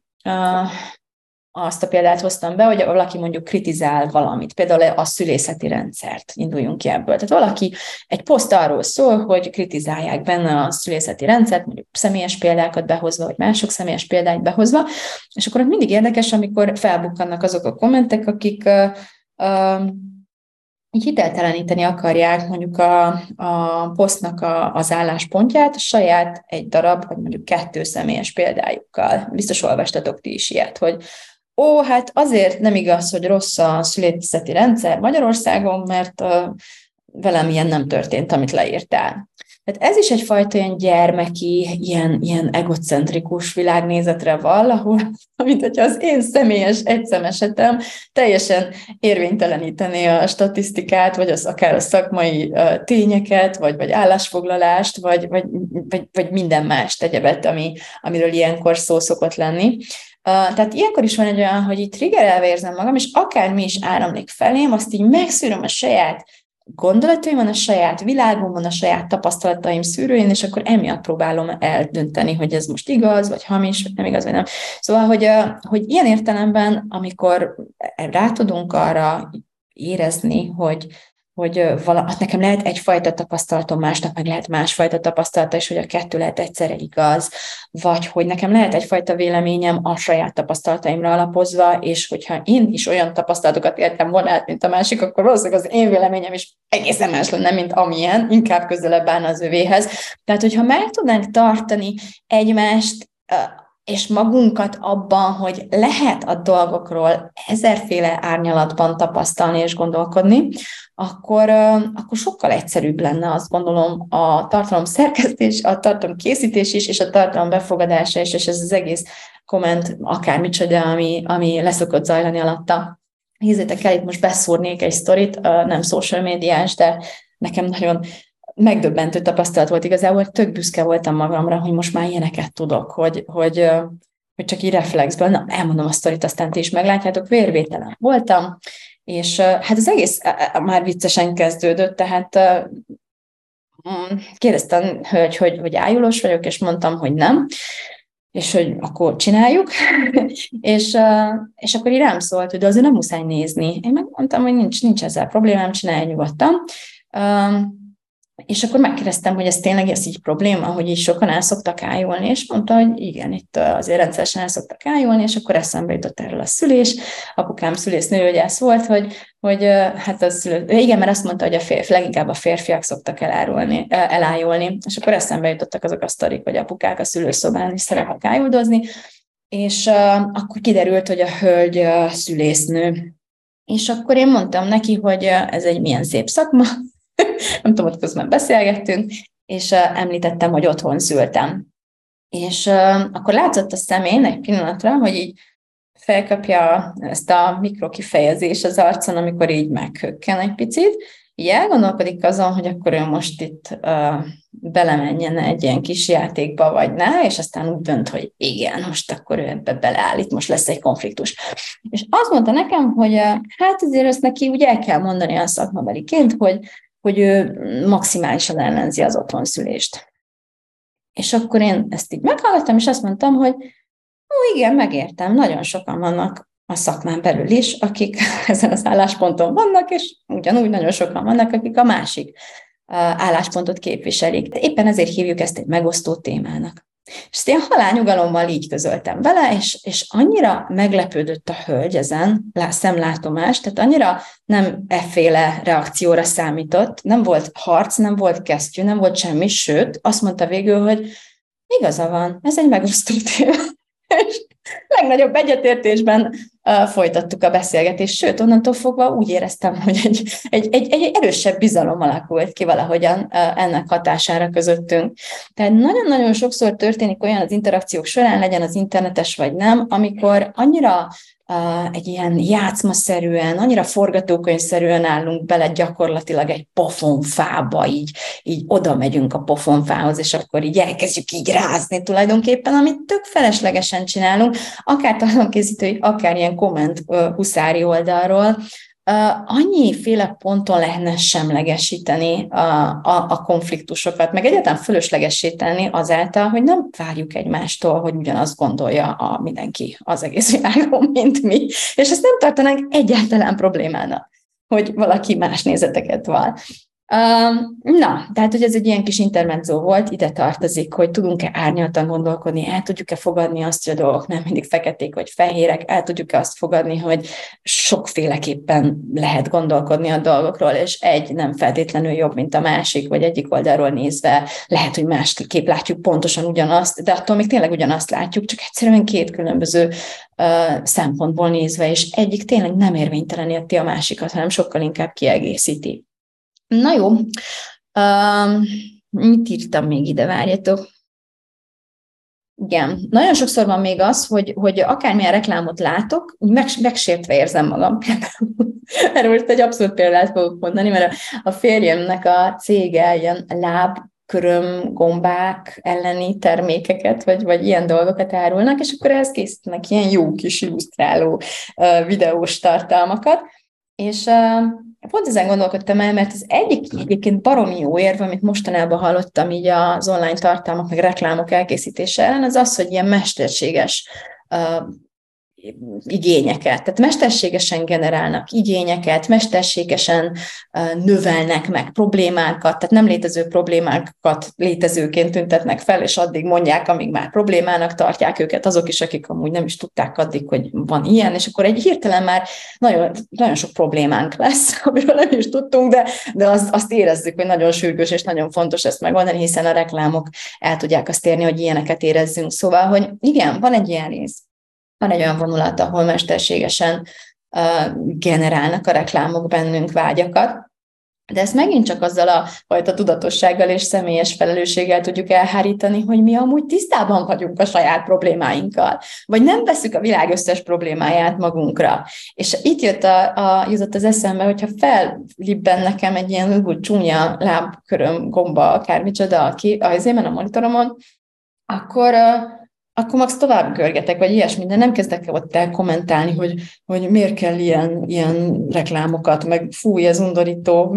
azt a példát hoztam be, hogy valaki mondjuk kritizál valamit, például a szülészeti rendszert, induljunk ki ebből. Tehát valaki, egy poszt arról szól, hogy kritizálják benne a szülészeti rendszert, mondjuk személyes példákat behozva, vagy mások személyes példáit behozva, és akkor mindig érdekes, amikor felbukkannak azok a kommentek, akik uh, uh, így hitelteleníteni akarják mondjuk a, a posztnak a, az álláspontját a saját egy darab, vagy mondjuk kettő személyes példájukkal. Biztos olvastatok ti is ilyet, hogy ó, hát azért nem igaz, hogy rossz a szülészeti rendszer Magyarországon, mert uh, velem ilyen nem történt, amit leírtál. Tehát ez is egyfajta ilyen gyermeki, ilyen, ilyen egocentrikus világnézetre vall, ahol, mint hogyha az én személyes egyszem esetem teljesen érvénytelenítené a statisztikát, vagy az akár a szakmai uh, tényeket, vagy, vagy állásfoglalást, vagy, vagy, vagy, vagy minden más egyebet, ami, amiről ilyenkor szó szokott lenni. Uh, tehát ilyenkor is van egy olyan, hogy itt triggerelve érzem magam, és akármi is áramlik felém, azt így megszűröm a saját gondolataimon, a saját világomon, a saját tapasztalataim szűrőjén, és akkor emiatt próbálom eldönteni, hogy ez most igaz, vagy hamis, vagy nem igaz, vagy nem. Szóval, hogy, hogy ilyen értelemben, amikor rá tudunk arra érezni, hogy hogy vala, nekem lehet egyfajta tapasztalatom, másnak meg lehet másfajta tapasztalata, és hogy a kettő lehet egyszerre igaz, vagy hogy nekem lehet egyfajta véleményem a saját tapasztalataimra alapozva, és hogyha én is olyan tapasztalatokat éltem volna át, mint a másik, akkor valószínűleg az én véleményem is egészen más lenne, mint amilyen, inkább közelebb állna az övéhez. Tehát, hogyha meg tudnánk tartani egymást, és magunkat abban, hogy lehet a dolgokról ezerféle árnyalatban tapasztalni és gondolkodni, akkor, akkor sokkal egyszerűbb lenne, azt gondolom, a tartalom szerkesztés, a tartalom készítés is, és a tartalom befogadása is, és ez az egész komment, akármicsoda, ami, ami leszokott zajlani alatta. Hízzétek el, itt most beszúrnék egy sztorit, nem social médiás, de nekem nagyon megdöbbentő tapasztalat volt igazából, tök büszke voltam magamra, hogy most már ilyeneket tudok, hogy, hogy, hogy csak így reflexből, na, elmondom a sztorit, aztán ti is meglátjátok, vérvételen voltam, és hát az egész már viccesen kezdődött, tehát kérdeztem, hogy, hogy, hogy ájulós vagyok, és mondtam, hogy nem, és hogy akkor csináljuk, és, és akkor így rám szólt, hogy de azért nem muszáj nézni. Én megmondtam, hogy nincs, nincs ezzel problémám, csinálj nyugodtan. És akkor megkérdeztem, hogy ez tényleg ez így probléma, hogy így sokan el szoktak ájulni, és mondta, hogy igen, itt azért rendszeresen el szoktak ájulni, és akkor eszembe jutott erről a szülés. Apukám szülésznőgyász volt, hogy, hogy hát az szülő, igen, mert azt mondta, hogy a férfi, leginkább a férfiak szoktak elárulni, elájulni, és akkor eszembe jutottak azok a sztorik, hogy apukák a szülőszobán is szeretnek ájuldozni, és uh, akkor kiderült, hogy a hölgy uh, szülésznő. És akkor én mondtam neki, hogy uh, ez egy milyen szép szakma, nem tudom, hogy közben beszélgettünk, és uh, említettem, hogy otthon szültem. És uh, akkor látszott a szemén egy pillanatra, hogy így felkapja ezt a mikrokifejezés az arcon, amikor így meghökken egy picit, így elgondolkodik azon, hogy akkor ő most itt uh, belemenjen egy ilyen kis játékba, vagy ne, és aztán úgy dönt, hogy igen, most akkor ő ebbe beleáll, itt most lesz egy konfliktus. És azt mondta nekem, hogy uh, hát azért ezt neki úgy el kell mondani a szakmabeliként, hogy hogy ő maximálisan ellenzi az otthonszülést. És akkor én ezt így meghallgattam, és azt mondtam, hogy ó, igen, megértem, nagyon sokan vannak a szakmán belül is, akik ezen az állásponton vannak, és ugyanúgy nagyon sokan vannak, akik a másik álláspontot képviselik. De éppen ezért hívjuk ezt egy megosztó témának. És ezt ilyen halálnyugalommal így közöltem vele, és, és annyira meglepődött a hölgy ezen, szemlátomás, tehát annyira nem efféle reakcióra számított, nem volt harc, nem volt kesztyű, nem volt semmi, sőt, azt mondta végül, hogy igaza van, ez egy megosztó téma. És legnagyobb egyetértésben uh, folytattuk a beszélgetést, sőt, onnantól fogva úgy éreztem, hogy egy, egy, egy, egy erősebb bizalom alakult ki valahogyan uh, ennek hatására közöttünk. Tehát nagyon-nagyon sokszor történik olyan az interakciók során, legyen az internetes vagy nem, amikor annyira Uh, egy ilyen játszmaszerűen, annyira forgatókönyvszerűen állunk bele gyakorlatilag egy pofonfába, így, így oda megyünk a pofonfához, és akkor így elkezdjük így rázni tulajdonképpen, amit tök feleslegesen csinálunk, akár tartalomkészítői, akár ilyen komment uh, huszári oldalról, Uh, annyiféle ponton lehetne semlegesíteni a, a, a konfliktusokat, meg egyáltalán fölöslegessé tenni azáltal, hogy nem várjuk egymástól, hogy ugyanazt gondolja a mindenki az egész világon, mint mi, és ezt nem tartanánk egyáltalán problémának, hogy valaki más nézeteket val. Um, na, tehát, hogy ez egy ilyen kis intermezzo volt, ide tartozik, hogy tudunk-e árnyaltan gondolkodni, el tudjuk-e fogadni azt, hogy a dolgok nem mindig feketék vagy fehérek, el tudjuk-e azt fogadni, hogy sokféleképpen lehet gondolkodni a dolgokról, és egy nem feltétlenül jobb, mint a másik, vagy egyik oldalról nézve lehet, hogy másképp látjuk pontosan ugyanazt, de attól még tényleg ugyanazt látjuk, csak egyszerűen két különböző uh, szempontból nézve, és egyik tényleg nem érvényteleníti a másikat, hanem sokkal inkább kiegészíti. Na jó, uh, mit írtam még ide, várjatok? Igen, nagyon sokszor van még az, hogy, hogy akármilyen reklámot látok, meg, megsértve érzem magam. Erről most egy abszolút példát fogok mondani, mert a, a férjemnek a cége ilyen lábköröm, gombák elleni termékeket, vagy, vagy ilyen dolgokat árulnak, és akkor ehhez készítenek ilyen jó kis illusztráló uh, videós tartalmakat, és uh, pont ezen gondolkodtam el, mert az egyik egyébként baromi jó érv, amit mostanában hallottam így az online tartalmak, meg reklámok elkészítése ellen, az az, hogy ilyen mesterséges uh, igényeket. Tehát mesterségesen generálnak igényeket, mesterségesen uh, növelnek meg problémákat, tehát nem létező problémákat létezőként tüntetnek fel, és addig mondják, amíg már problémának tartják őket azok is, akik amúgy nem is tudták addig, hogy van ilyen, és akkor egy hirtelen már nagyon, nagyon sok problémánk lesz, amiről nem is tudtunk, de, de az, azt érezzük, hogy nagyon sürgős és nagyon fontos ezt megoldani, hiszen a reklámok el tudják azt érni, hogy ilyeneket érezzünk. Szóval, hogy igen, van egy ilyen rész. Van egy olyan vonulat, ahol mesterségesen uh, generálnak a reklámok bennünk vágyakat, de ezt megint csak azzal a fajta tudatossággal és személyes felelősséggel tudjuk elhárítani, hogy mi amúgy tisztában vagyunk a saját problémáinkkal, vagy nem veszük a világ összes problémáját magunkra. És itt jött a, a, jutott az eszembe, hogyha fellibben nekem egy ilyen úgy csúnya lábköröm, gomba, akármicsoda aki azért a monitoromon, akkor... Uh, akkor max tovább görgetek, vagy ilyesmi, de nem kezdek ott el kommentálni, hogy, hogy miért kell ilyen, ilyen reklámokat, meg fúj, ez undorító,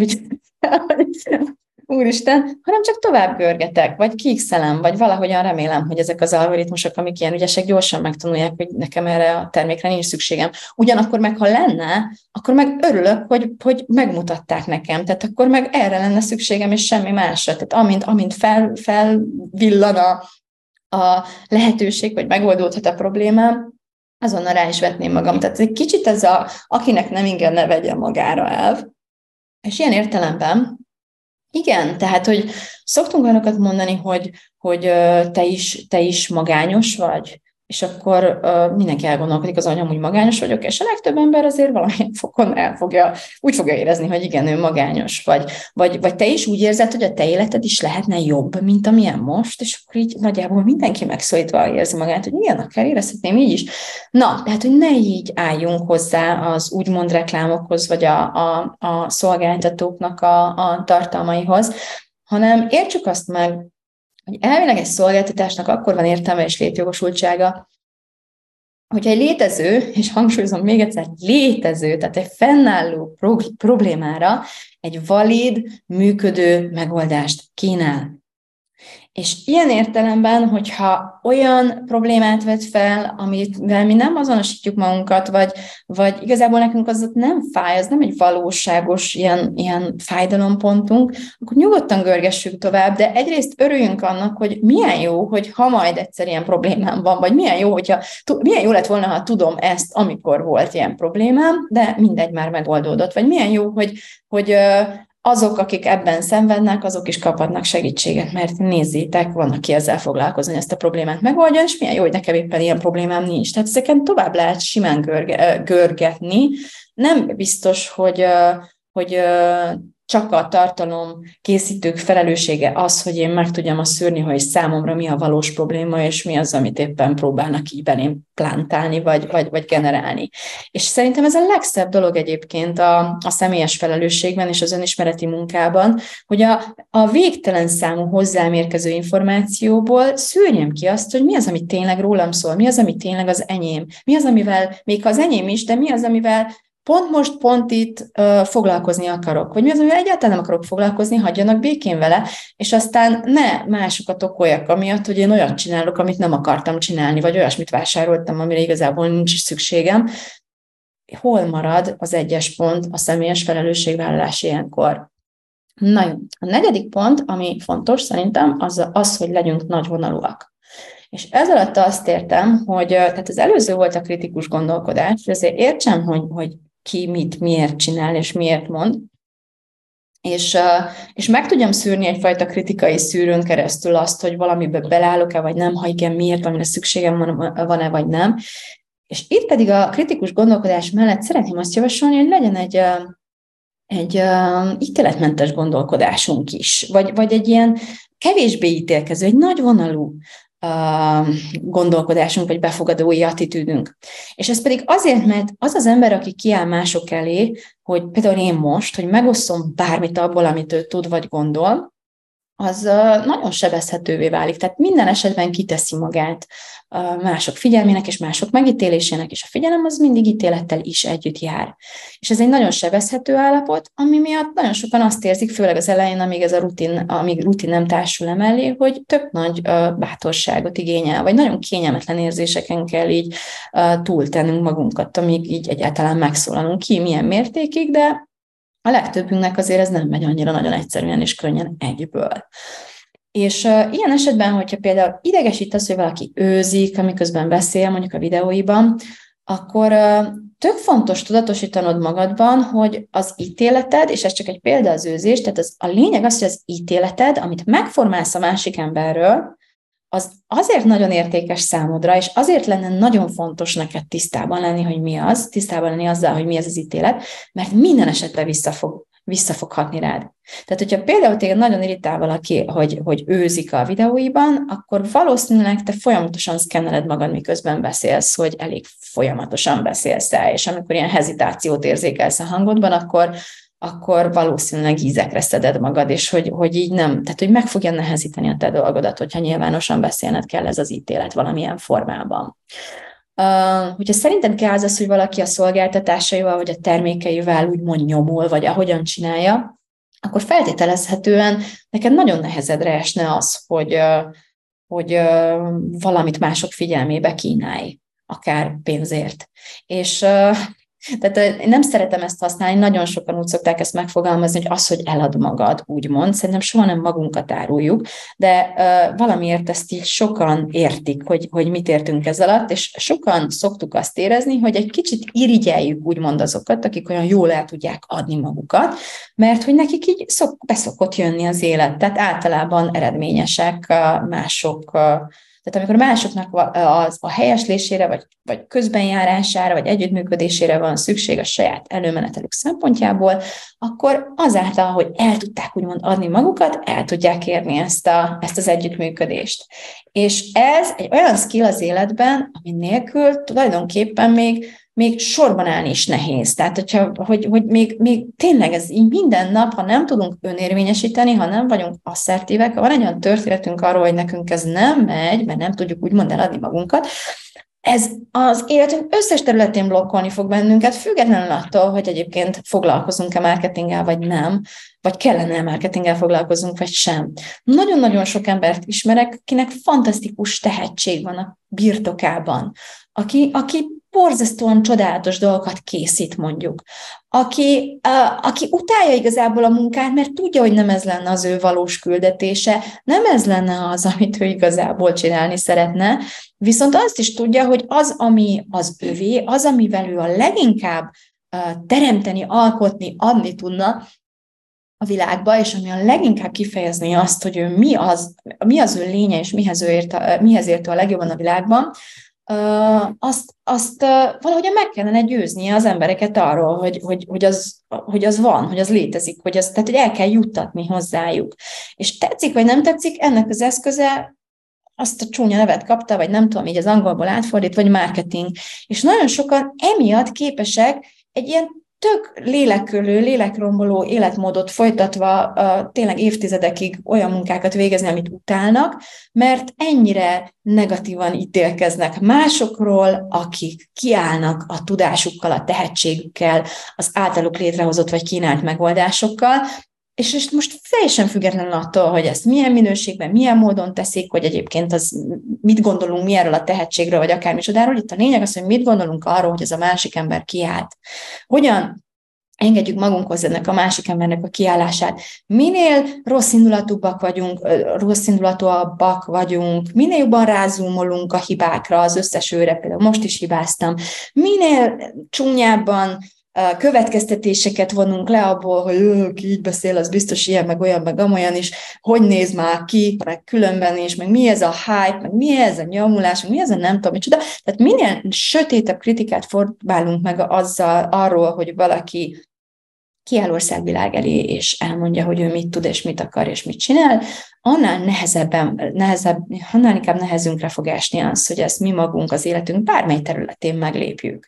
úristen, hanem csak tovább görgetek, vagy kiixelem, vagy valahogyan remélem, hogy ezek az algoritmusok, amik ilyen ügyesek, gyorsan megtanulják, hogy nekem erre a termékre nincs szükségem. Ugyanakkor meg, ha lenne, akkor meg örülök, hogy, hogy megmutatták nekem, tehát akkor meg erre lenne szükségem, és semmi másra. Tehát amint, amint fel, felvillan a a lehetőség, hogy megoldódhat a problémám, azonnal rá is vetném magam. Tehát egy kicsit ez a, akinek nem ingyen, ne vegye magára elv. És ilyen értelemben, igen, tehát, hogy szoktunk olyanokat mondani, hogy, hogy te is, te is magányos vagy, és akkor uh, mindenki elgondolkodik azon, hogy amúgy magányos vagyok, és a legtöbb ember azért valamilyen fokon el fogja, úgy fogja érezni, hogy igen, ő magányos vagy. Vagy, vagy te is úgy érzed, hogy a te életed is lehetne jobb, mint amilyen most, és akkor így nagyjából mindenki megszólítva érzi magát, hogy igen, akár érezhetném így is. Na, tehát, hogy ne így álljunk hozzá az úgymond reklámokhoz, vagy a, a, a szolgáltatóknak a, a tartalmaihoz, hanem értsük azt meg, hogy elvileg egy szolgáltatásnak akkor van értelme és létjogosultsága, hogyha egy létező, és hangsúlyozom még egyszer, létező, tehát egy fennálló problémára egy valid, működő megoldást kínál. És ilyen értelemben, hogyha olyan problémát vet fel, amivel mi nem azonosítjuk magunkat, vagy, vagy igazából nekünk az ott nem fáj, az nem egy valóságos ilyen, ilyen fájdalompontunk, akkor nyugodtan görgessük tovább, de egyrészt örüljünk annak, hogy milyen jó, hogy ha majd egyszer ilyen problémám van, vagy milyen jó, hogyha, milyen jó lett volna, ha tudom ezt, amikor volt ilyen problémám, de mindegy, már megoldódott, vagy milyen jó, hogy, hogy azok, akik ebben szenvednek, azok is kaphatnak segítséget, mert nézzétek, van, aki ezzel foglalkozni, hogy ezt a problémát megoldja, és milyen jó, hogy nekem éppen ilyen problémám nincs. Tehát ezeken tovább lehet simán görge, görgetni. Nem biztos, hogy, hogy csak a tartalom készítők felelőssége az, hogy én meg tudjam azt szűrni, hogy számomra mi a valós probléma, és mi az, amit éppen próbálnak így belém plántálni, vagy, vagy, vagy generálni. És szerintem ez a legszebb dolog egyébként a, a személyes felelősségben és az önismereti munkában, hogy a, a végtelen számú hozzám érkező információból szűrjem ki azt, hogy mi az, ami tényleg rólam szól, mi az, ami tényleg az enyém, mi az, amivel, még az enyém is, de mi az, amivel pont most, pont itt uh, foglalkozni akarok, vagy mi az, amivel egyáltalán nem akarok foglalkozni, hagyjanak békén vele, és aztán ne másokat okoljak amiatt, hogy én olyat csinálok, amit nem akartam csinálni, vagy olyasmit vásároltam, amire igazából nincs is szükségem. Hol marad az egyes pont, a személyes felelősségvállalás ilyenkor? Na jó, a negyedik pont, ami fontos szerintem, az, az hogy legyünk nagyvonalúak. És ez alatt azt értem, hogy tehát az előző volt a kritikus gondolkodás, és azért értsem, hogy, hogy ki mit, miért csinál, és miért mond, és, és meg tudjam szűrni egyfajta kritikai szűrőn keresztül azt, hogy valamibe beleállok-e, vagy nem, ha igen, miért, amire szükségem van, van-e, vagy nem. És itt pedig a kritikus gondolkodás mellett szeretném azt javasolni, hogy legyen egy, egy ítéletmentes gondolkodásunk is, vagy, vagy egy ilyen kevésbé ítélkező, egy nagyvonalú gondolkodásunk, vagy befogadói attitűdünk. És ez pedig azért, mert az az ember, aki kiáll mások elé, hogy például én most, hogy megosszom bármit abból, amit ő tud, vagy gondol, az nagyon sebezhetővé válik. Tehát minden esetben kiteszi magát mások figyelmének és mások megítélésének, és a figyelem az mindig ítélettel is együtt jár. És ez egy nagyon sebezhető állapot, ami miatt nagyon sokan azt érzik, főleg az elején, amíg ez a rutin, amíg rutin nem társul emellé, hogy tök nagy bátorságot igényel, vagy nagyon kényelmetlen érzéseken kell így túltennünk magunkat, amíg így egyáltalán megszólalunk ki, milyen mértékig, de a legtöbbünknek azért ez nem megy annyira nagyon egyszerűen és könnyen egyből. És uh, ilyen esetben, hogyha például idegesít az, hogy valaki őzik, amiközben beszél, mondjuk a videóiban, akkor uh, tök fontos tudatosítanod magadban, hogy az ítéleted, és ez csak egy példa az őzés, tehát az, a lényeg az, hogy az ítéleted, amit megformálsz a másik emberről, az azért nagyon értékes számodra, és azért lenne nagyon fontos neked tisztában lenni, hogy mi az, tisztában lenni azzal, hogy mi ez az ítélet, mert minden esetben vissza fog, vissza fog hatni rád. Tehát, hogyha például téged nagyon irritál valaki, hogy, hogy őzik a videóiban, akkor valószínűleg te folyamatosan szkenneled magad, miközben beszélsz, hogy elég folyamatosan beszélsz el, és amikor ilyen hezitációt érzékelsz a hangodban, akkor akkor valószínűleg ízekre szeded magad, és hogy, hogy így nem, tehát hogy meg fogja nehezíteni a te dolgodat, hogyha nyilvánosan beszélned kell ez az ítélet valamilyen formában. Uh, hogyha szerinted gáz az, hogy valaki a szolgáltatásaival, vagy a termékeivel úgymond nyomul, vagy ahogyan csinálja, akkor feltételezhetően neked nagyon nehezedre esne az, hogy, uh, hogy uh, valamit mások figyelmébe kínálj, akár pénzért. És uh, Tehát én nem szeretem ezt használni, nagyon sokan úgy szokták ezt megfogalmazni, hogy az, hogy elad magad, úgymond. Szerintem soha nem magunkat áruljuk, de uh, valamiért ezt így sokan értik, hogy, hogy mit értünk ez alatt, és sokan szoktuk azt érezni, hogy egy kicsit irigyeljük úgymond azokat, akik olyan jól el tudják adni magukat, mert hogy nekik így szok, beszokott jönni az élet, tehát általában eredményesek uh, mások, uh, Tehát amikor másoknak az a helyeslésére, vagy, vagy közbenjárására, vagy együttműködésére van szükség a saját előmenetelük szempontjából, akkor azáltal, hogy el tudták úgymond adni magukat, el tudják érni ezt, a, ezt az együttműködést. És ez egy olyan skill az életben, ami nélkül tulajdonképpen még még sorban állni is nehéz. Tehát, hogyha, hogy, hogy még, még tényleg ez így minden nap, ha nem tudunk önérvényesíteni, ha nem vagyunk asszertívek, ha van egy olyan történetünk arról, hogy nekünk ez nem megy, mert nem tudjuk úgymond eladni magunkat, ez az életünk összes területén blokkolni fog bennünket, függetlenül attól, hogy egyébként foglalkozunk-e marketinggel, vagy nem, vagy kellene marketinggel foglalkozunk, vagy sem. Nagyon-nagyon sok embert ismerek, akinek fantasztikus tehetség van a birtokában, aki, aki borzasztóan csodálatos dolgokat készít, mondjuk, aki, uh, aki utálja igazából a munkát, mert tudja, hogy nem ez lenne az ő valós küldetése, nem ez lenne az, amit ő igazából csinálni szeretne, viszont azt is tudja, hogy az, ami az övé, az, amivel ő a leginkább uh, teremteni, alkotni, adni tudna a világba, és ami a leginkább kifejezni azt, hogy ő mi az, mi az ő lénye, és mihez, ő ért, mihez értő a legjobban a világban, Uh, azt, azt uh, valahogy meg kellene győznie az embereket arról, hogy, hogy, hogy, az, hogy az van, hogy az létezik, hogy az, tehát hogy el kell juttatni hozzájuk. És tetszik, vagy nem tetszik, ennek az eszköze azt a csúnya nevet kapta, vagy nem tudom, így az angolból átfordít, vagy marketing. És nagyon sokan emiatt képesek egy ilyen tök lélekkölő, lélekromboló életmódot folytatva uh, tényleg évtizedekig olyan munkákat végezni, amit utálnak, mert ennyire negatívan ítélkeznek másokról, akik kiállnak a tudásukkal, a tehetségükkel, az általuk létrehozott vagy kínált megoldásokkal, és most teljesen függetlenül attól, hogy ezt milyen minőségben, milyen módon teszik, hogy egyébként az mit gondolunk mi erről a tehetségről, vagy akármicsodáról. Itt a lényeg az, hogy mit gondolunk arról, hogy ez a másik ember kiállt. Hogyan engedjük magunkhoz ennek a másik embernek a kiállását. Minél rossz indulatúbbak vagyunk, rossz indulatúbbak vagyunk, minél jobban rázúmolunk a hibákra, az összes őre, például most is hibáztam, minél csúnyábban következtetéseket vonunk le abból, hogy ő, ki így beszél, az biztos ilyen, meg olyan, meg amolyan is, hogy néz már ki, meg különben is, meg mi ez a hype, meg mi ez a nyomulás, meg mi ez a nem tudom, micsoda. Tehát minél sötétebb kritikát fordálunk meg azzal arról, hogy valaki kiáll országvilág elé, és elmondja, hogy ő mit tud, és mit akar, és mit csinál, annál nehezebben, nehezebb, annál inkább nehezünkre fog esni az, hogy ezt mi magunk az életünk bármely területén meglépjük.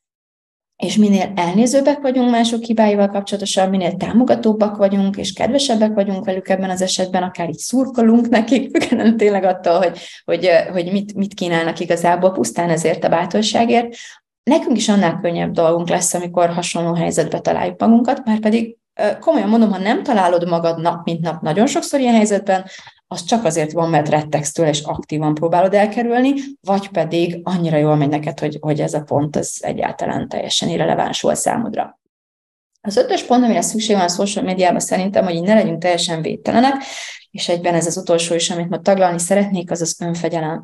És minél elnézőbbek vagyunk mások hibáival kapcsolatosan, minél támogatóbbak vagyunk, és kedvesebbek vagyunk velük ebben az esetben, akár így szurkolunk nekik, függetlenül tényleg attól, hogy, hogy, hogy mit, mit kínálnak igazából, pusztán ezért a bátorságért. Nekünk is annál könnyebb dolgunk lesz, amikor hasonló helyzetbe találjuk magunkat, már pedig komolyan mondom, ha nem találod magad nap mint nap nagyon sokszor ilyen helyzetben, az csak azért van, mert rettegsz tőle, és aktívan próbálod elkerülni, vagy pedig annyira jól megy neked, hogy, hogy ez a pont ez egyáltalán teljesen irreleváns volt számodra. Az ötös pont, amire szükség van a social médiában szerintem, hogy így ne legyünk teljesen védtelenek, és egyben ez az utolsó is, amit ma taglalni szeretnék, az az önfegyelem.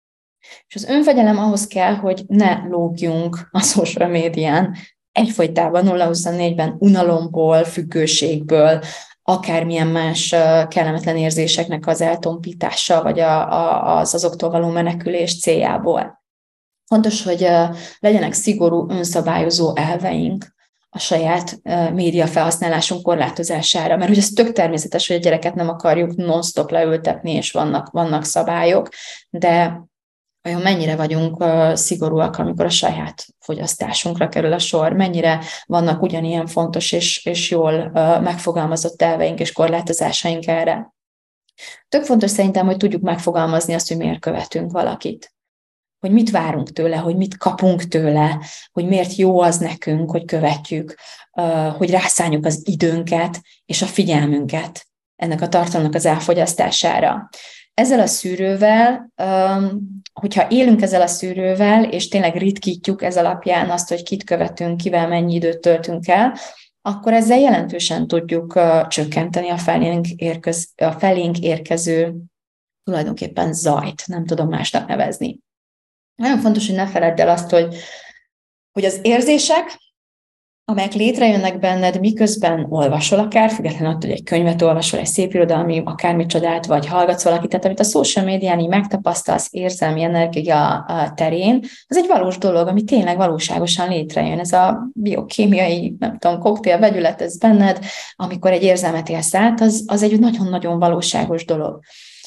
És az önfegyelem ahhoz kell, hogy ne lógjunk a social médián egyfolytában nulla huszonnégyben unalomból, függőségből, akármilyen más kellemetlen érzéseknek az eltompítása, vagy a, a, az azoktól való menekülés céljából. Fontos, hogy legyenek szigorú önszabályozó elveink a saját média felhasználásunk korlátozására, mert ugye ez tök természetes, hogy a gyereket nem akarjuk non-stop leültetni, és vannak, vannak szabályok, de vajon mennyire vagyunk szigorúak, amikor a saját fogyasztásunkra kerül a sor, mennyire vannak ugyanilyen fontos és, és jól megfogalmazott elveink és korlátozásaink erre. Tök fontos szerintem, hogy tudjuk megfogalmazni azt, hogy miért követünk valakit. Hogy mit várunk tőle, hogy mit kapunk tőle, hogy miért jó az nekünk, hogy követjük, hogy rászánjuk az időnket és a figyelmünket ennek a tartalomnak az elfogyasztására. Ezzel a szűrővel, hogyha élünk ezzel a szűrővel, és tényleg ritkítjuk ez alapján azt, hogy kit követünk, kivel mennyi időt töltünk el, akkor ezzel jelentősen tudjuk csökkenteni a felénk, érkez, a felénk érkező tulajdonképpen zajt, nem tudom másnak nevezni. Nagyon fontos, hogy ne feledd el azt, hogy, hogy az érzések, amelyek létrejönnek benned, miközben olvasol akár, függetlenül attól, hogy egy könyvet olvasol, egy szép irodalmi, akármit csodát, vagy hallgatsz valakit, tehát amit a social médián így megtapasztalsz érzelmi energia terén, az egy valós dolog, ami tényleg valóságosan létrejön. Ez a biokémiai, nem tudom, koktél vegyület, ez benned, amikor egy érzelmet élsz át, az, az egy nagyon-nagyon valóságos dolog.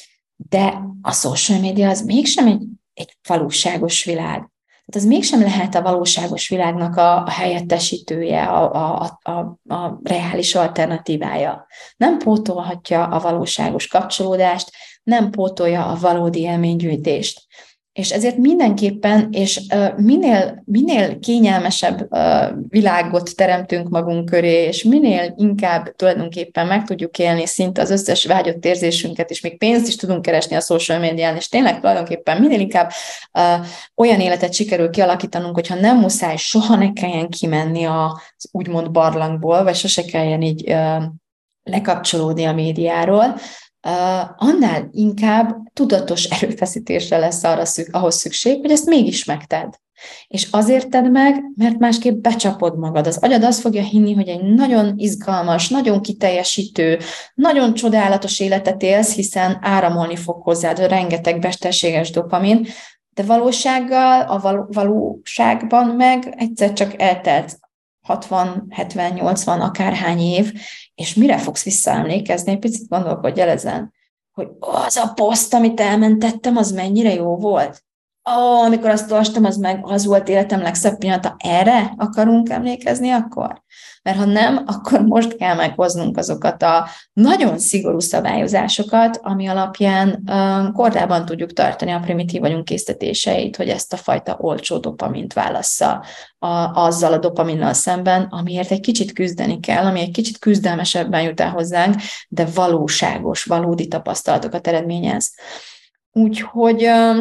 De a social média az mégsem egy, egy valóságos világ. Tehát ez mégsem lehet a valóságos világnak a, a helyettesítője, a, a, a, a reális alternatívája. Nem pótolhatja a valóságos kapcsolódást, nem pótolja a valódi élménygyűjtést. És ezért mindenképpen, és minél, minél kényelmesebb világot teremtünk magunk köré, és minél inkább tulajdonképpen meg tudjuk élni szinte az összes vágyott érzésünket, és még pénzt is tudunk keresni a social médián, és tényleg tulajdonképpen minél inkább olyan életet sikerül kialakítanunk, hogyha nem muszáj, soha ne kelljen kimenni az úgymond barlangból, vagy sose kelljen így lekapcsolódni a médiáról, Uh, annál inkább tudatos erőfeszítésre lesz arra szük, ahhoz szükség, hogy ezt mégis megtedd. És azért tedd meg, mert másképp becsapod magad. Az agyad azt fogja hinni, hogy egy nagyon izgalmas, nagyon kiteljesítő, nagyon csodálatos életet élsz, hiszen áramolni fog hozzád rengeteg mesterséges dopamin, de valósággal, a val- valóságban meg egyszer csak eltelt hatvan, hetven, nyolcvan, akárhány év, és mire fogsz visszaemlékezni? Egy picit gondolkodj el ezen, hogy az a poszt, amit elmentettem, az mennyire jó volt. Ó, amikor azt olvastam, az meg az volt életem legszebb pillanata. Erre akarunk emlékezni akkor? Mert ha nem, akkor most kell meghoznunk azokat a nagyon szigorú szabályozásokat, ami alapján uh, kordában tudjuk tartani a primitív agyunk késztetéseit, hogy ezt a fajta olcsó dopamint válassza a, azzal a dopaminnal szemben, amiért egy kicsit küzdeni kell, ami egy kicsit küzdelmesebben jut el hozzánk, de valóságos, valódi tapasztalatokat eredményez. Úgyhogy uh,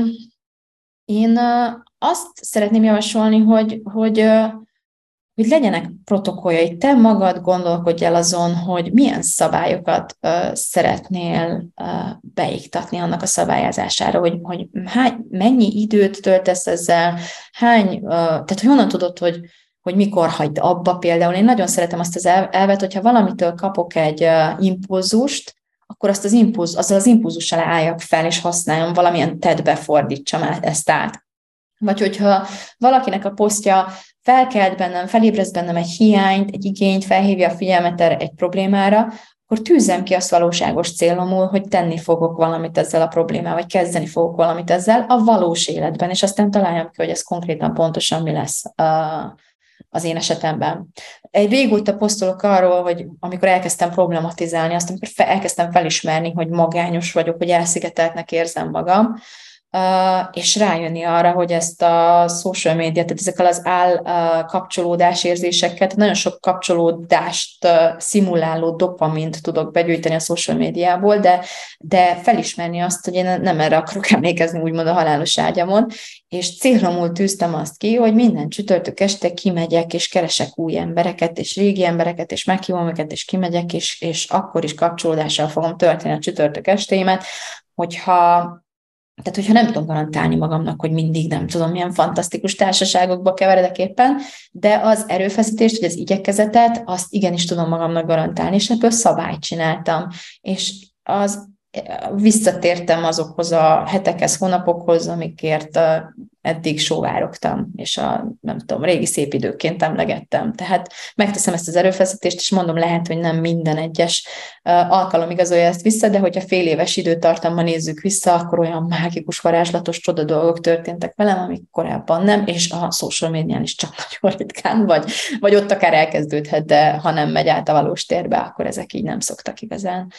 én uh, azt szeretném javasolni, hogy, hogy uh, hogy legyenek protokolljai. Te magad gondolkodj el azon, hogy milyen szabályokat uh, szeretnél uh, beiktatni annak a szabályozására, hogy, hogy hány, mennyi időt töltesz ezzel, hány, uh, tehát hogy honnan tudod, hogy, hogy mikor hagyd abba például. Én nagyon szeretem azt az elvet, hogyha valamitől kapok egy uh, impulzust, akkor azt az impulz, azzal az impulzussal álljak fel, és használjam, valamilyen tettbe fordítsam ezt át. Vagy hogyha valakinek a posztja felkelt bennem, felébreszt bennem egy hiányt, egy igényt, felhívja a figyelmet erre egy problémára, akkor tűzzem ki azt valóságos célomul, hogy tenni fogok valamit ezzel a problémával, vagy kezdeni fogok valamit ezzel a valós életben, és aztán találjam ki, hogy ez konkrétan pontosan mi lesz az én esetemben. Egy régóta posztolok arról, hogy amikor elkezdtem problematizálni azt, amikor elkezdtem felismerni, hogy magányos vagyok, hogy elszigeteltnek érzem magam, Uh, és rájönni arra, hogy ezt a social médiát, tehát ezekkel az áll uh, kapcsolódás érzéseket, nagyon sok kapcsolódást uh, szimuláló dopamint tudok begyűjteni a social médiából, de, de felismerni azt, hogy én nem erre akarok emlékezni, úgymond a halálos ágyamon, és célomul tűztem azt ki, hogy minden csütörtök este kimegyek, és keresek új embereket, és régi embereket, és meghívom őket, és kimegyek, és, és akkor is kapcsolódással fogom tölteni a csütörtök estéimet, hogyha Tehát, hogyha nem tudom garantálni magamnak, hogy mindig nem tudom, milyen fantasztikus társaságokba keveredek éppen, de az erőfeszítést, vagy az igyekezetet, azt igenis tudom magamnak garantálni, és ebből szabályt csináltam. És az visszatértem azokhoz a hetekhez, hónapokhoz, amikért eddig sóvárogtam, és a, nem tudom, régi szép időként emlegettem. Tehát megteszem ezt az erőfeszítést, és mondom, lehet, hogy nem minden egyes alkalom igazolja ezt vissza, de hogyha fél éves időtartamban nézzük vissza, akkor olyan mágikus, varázslatos csoda dolgok történtek velem, amik korábban nem, és a social médián is csak nagyon ritkán, vagy, vagy ott akár elkezdődhet, de ha nem megy át a valós térbe, akkor ezek így nem szoktak igazán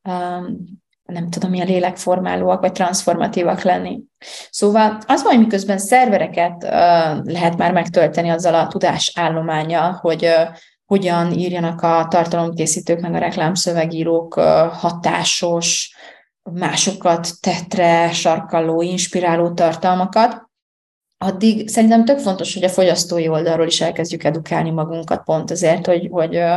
nem tudom, milyen lélekformálóak, vagy transformatívak lenni. Szóval az van, hogy miközben szervereket uh, lehet már megtölteni azzal a tudásállománnyal, hogy uh, hogyan írjanak a tartalomkészítők, meg a reklámszövegírók uh, hatásos, másokat tettre, sarkalló, inspiráló tartalmakat, addig szerintem tök fontos, hogy a fogyasztói oldalról is elkezdjük edukálni magunkat pont azért, hogy, hogy uh,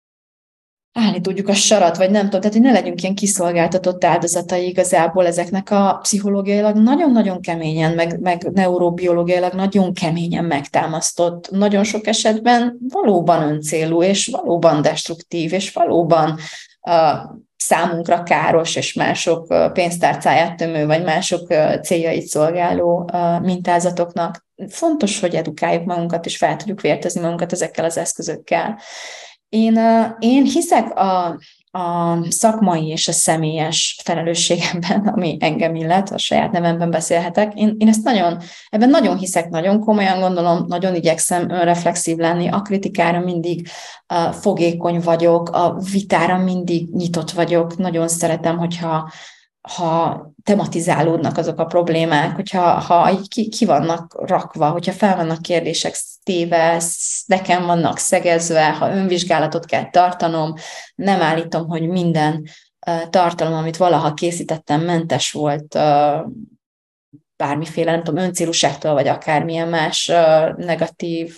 állni tudjuk a sarat, vagy nem tudom, tehát hogy ne legyünk ilyen kiszolgáltatott áldozatai igazából ezeknek a pszichológiailag nagyon-nagyon keményen, meg, meg neurobiológiailag nagyon keményen megtámasztott, nagyon sok esetben valóban öncélú, és valóban destruktív, és valóban uh, számunkra káros, és mások uh, pénztárcáját tömő, vagy mások uh, céljait szolgáló uh, mintázatoknak. Fontos, hogy edukáljuk magunkat, és fel tudjuk vértezni magunkat ezekkel az eszközökkel. Én, én hiszek a, a szakmai és a személyes felelősségemben, ami engem illet, a saját nevemben beszélhetek. Én, én ezt nagyon, ebben nagyon hiszek, nagyon komolyan gondolom, nagyon igyekszem önreflexív lenni, a kritikára mindig uh, fogékony vagyok, a vitára mindig nyitott vagyok, nagyon szeretem, hogyha ha tematizálódnak azok a problémák, hogyha ha ki, ki vannak rakva, hogyha fel vannak kérdések téve, nekem vannak szegezve, ha önvizsgálatot kell tartanom, nem állítom, hogy minden tartalom, amit valaha készítettem, mentes volt bármiféle, nem tudom, öncélúságtól, vagy akármilyen más negatív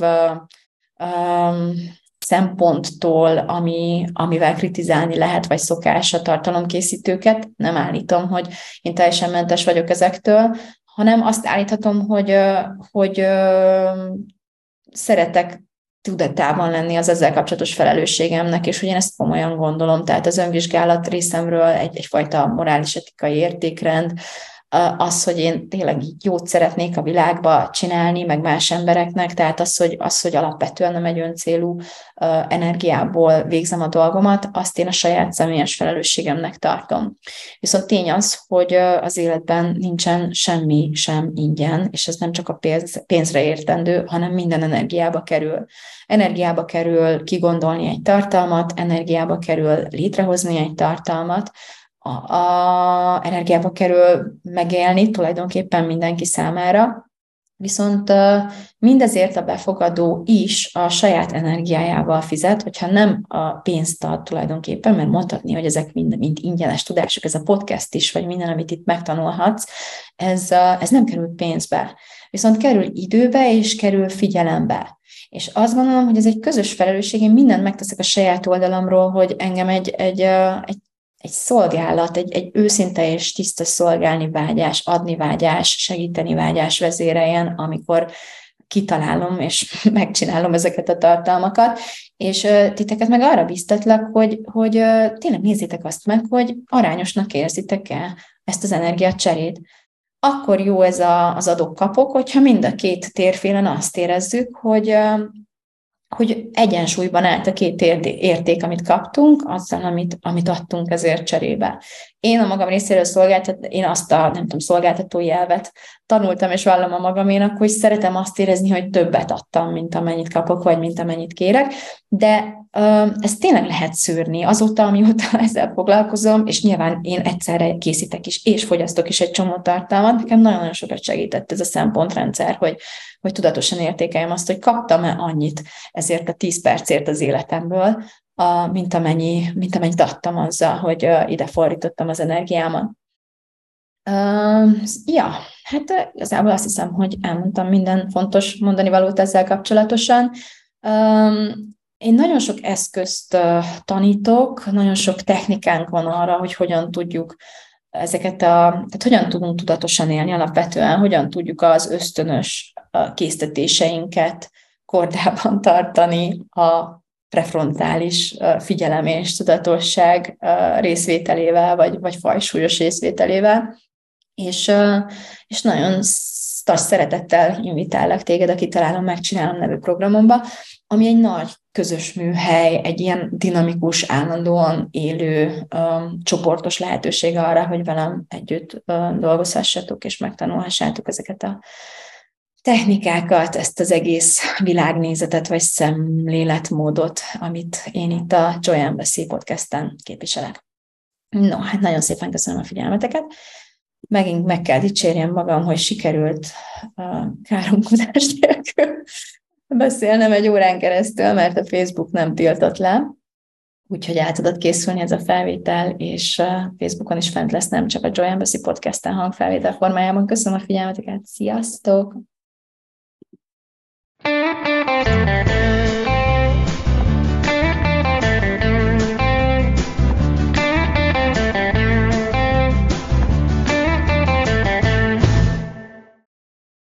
szemponttól, ami, amivel kritizálni lehet, vagy szokás a tartalomkészítőket. Nem állítom, hogy én teljesen mentes vagyok ezektől, hanem azt állíthatom, hogy, hogy szeretek tudatában lenni az ezzel kapcsolatos felelősségemnek, és hogy én ezt komolyan gondolom. Tehát az önvizsgálat részemről egy, egyfajta morális etikai értékrend, az, hogy én tényleg jót szeretnék a világba csinálni, meg más embereknek, tehát az, hogy, az, hogy alapvetően nem egy öncélú energiából végzem a dolgomat, azt én a saját személyes felelősségemnek tartom. Viszont tény az, hogy az életben nincsen semmi sem ingyen, és ez nem csak a pénz, pénzre értendő, hanem minden energiába kerül. Energiába kerül kigondolni egy tartalmat, energiába kerül létrehozni egy tartalmat, A, a energiába kerül megélni tulajdonképpen mindenki számára, viszont mindezért a befogadó is a saját energiájával fizet, hogyha nem a pénzt ad tulajdonképpen, mert mondhatni, hogy ezek mind, mind ingyenes tudások, ez a podcast is, vagy minden, amit itt megtanulhatsz, ez, ez nem kerül pénzbe, viszont kerül időbe és kerül figyelembe. És azt gondolom, hogy ez egy közös felelősség, én mindent megteszek a saját oldalamról, hogy engem egy, egy, egy egy szolgálat, egy, egy őszinte és tiszta szolgálni vágyás, adni vágyás, segíteni vágyás vezéreljen, amikor kitalálom és megcsinálom ezeket a tartalmakat, és uh, titeket meg arra biztatlak, hogy, hogy uh, tényleg nézzétek azt meg, hogy arányosnak érzitek-e ezt az energiacserét. Akkor jó ez a, az adok-kapok, hogyha mind a két térfélen azt érezzük, hogy uh, hogy egyensúlyban állt a két érték, amit kaptunk, azzal, amit, amit adtunk ezért cserébe. Én a magam részéről szolgáltat, én azt a, nem tudom, szolgáltatói elvet tanultam, és vallom a magaménak, hogy szeretem azt érezni, hogy többet adtam, mint amennyit kapok, vagy mint amennyit kérek, de uh, ezt tényleg lehet szűrni. Azóta, amióta ezzel foglalkozom, és nyilván én egyszerre készítek is, és fogyasztok is egy csomó tartalmat, nekem nagyon-nagyon sokat segített ez a szempontrendszer, hogy, hogy tudatosan értékeljem azt, hogy kaptam-e annyit ezért a tíz percért az életemből, a, mint, amennyi, mint amennyit adtam azzal, hogy uh, ide fordítottam az energiámat. Uh, ja, hát igazából azt hiszem, hogy elmondtam minden fontos mondani valót ezzel kapcsolatosan. Um, én nagyon sok eszközt uh, tanítok, nagyon sok technikánk van arra, hogy hogyan tudjuk ezeket a, tehát hogyan tudunk tudatosan élni alapvetően, hogyan tudjuk az ösztönös uh, késztetéseinket kordában tartani a prefrontális uh, figyelem és tudatosság uh, részvételével, vagy, vagy fajsúlyos részvételével. És, és nagyon nagy szeretettel invitállak téged a Kitalálom, Megcsinálom nevű programomba, ami egy nagy közös műhely, egy ilyen dinamikus, állandóan élő, um, csoportos lehetőség arra, hogy velem együtt uh, dolgozhassatok, és megtanulhassátok ezeket a technikákat, ezt az egész világnézetet, vagy szemléletmódot, amit én itt a Joy Embassy podcasten képviselek. No, hát nagyon szépen köszönöm a figyelmeteket. Megint meg kell dicsérjem magam, hogy sikerült a káromkodás nélkül beszélnem egy órán keresztül, mert a Facebook nem tiltott le, úgyhogy el tudott készülni ez a felvétel, és Facebookon is fent lesz, nem csak a Joy Embassy podcasten hangfelvétel formájában. Köszönöm a figyelmeteket, sziasztok!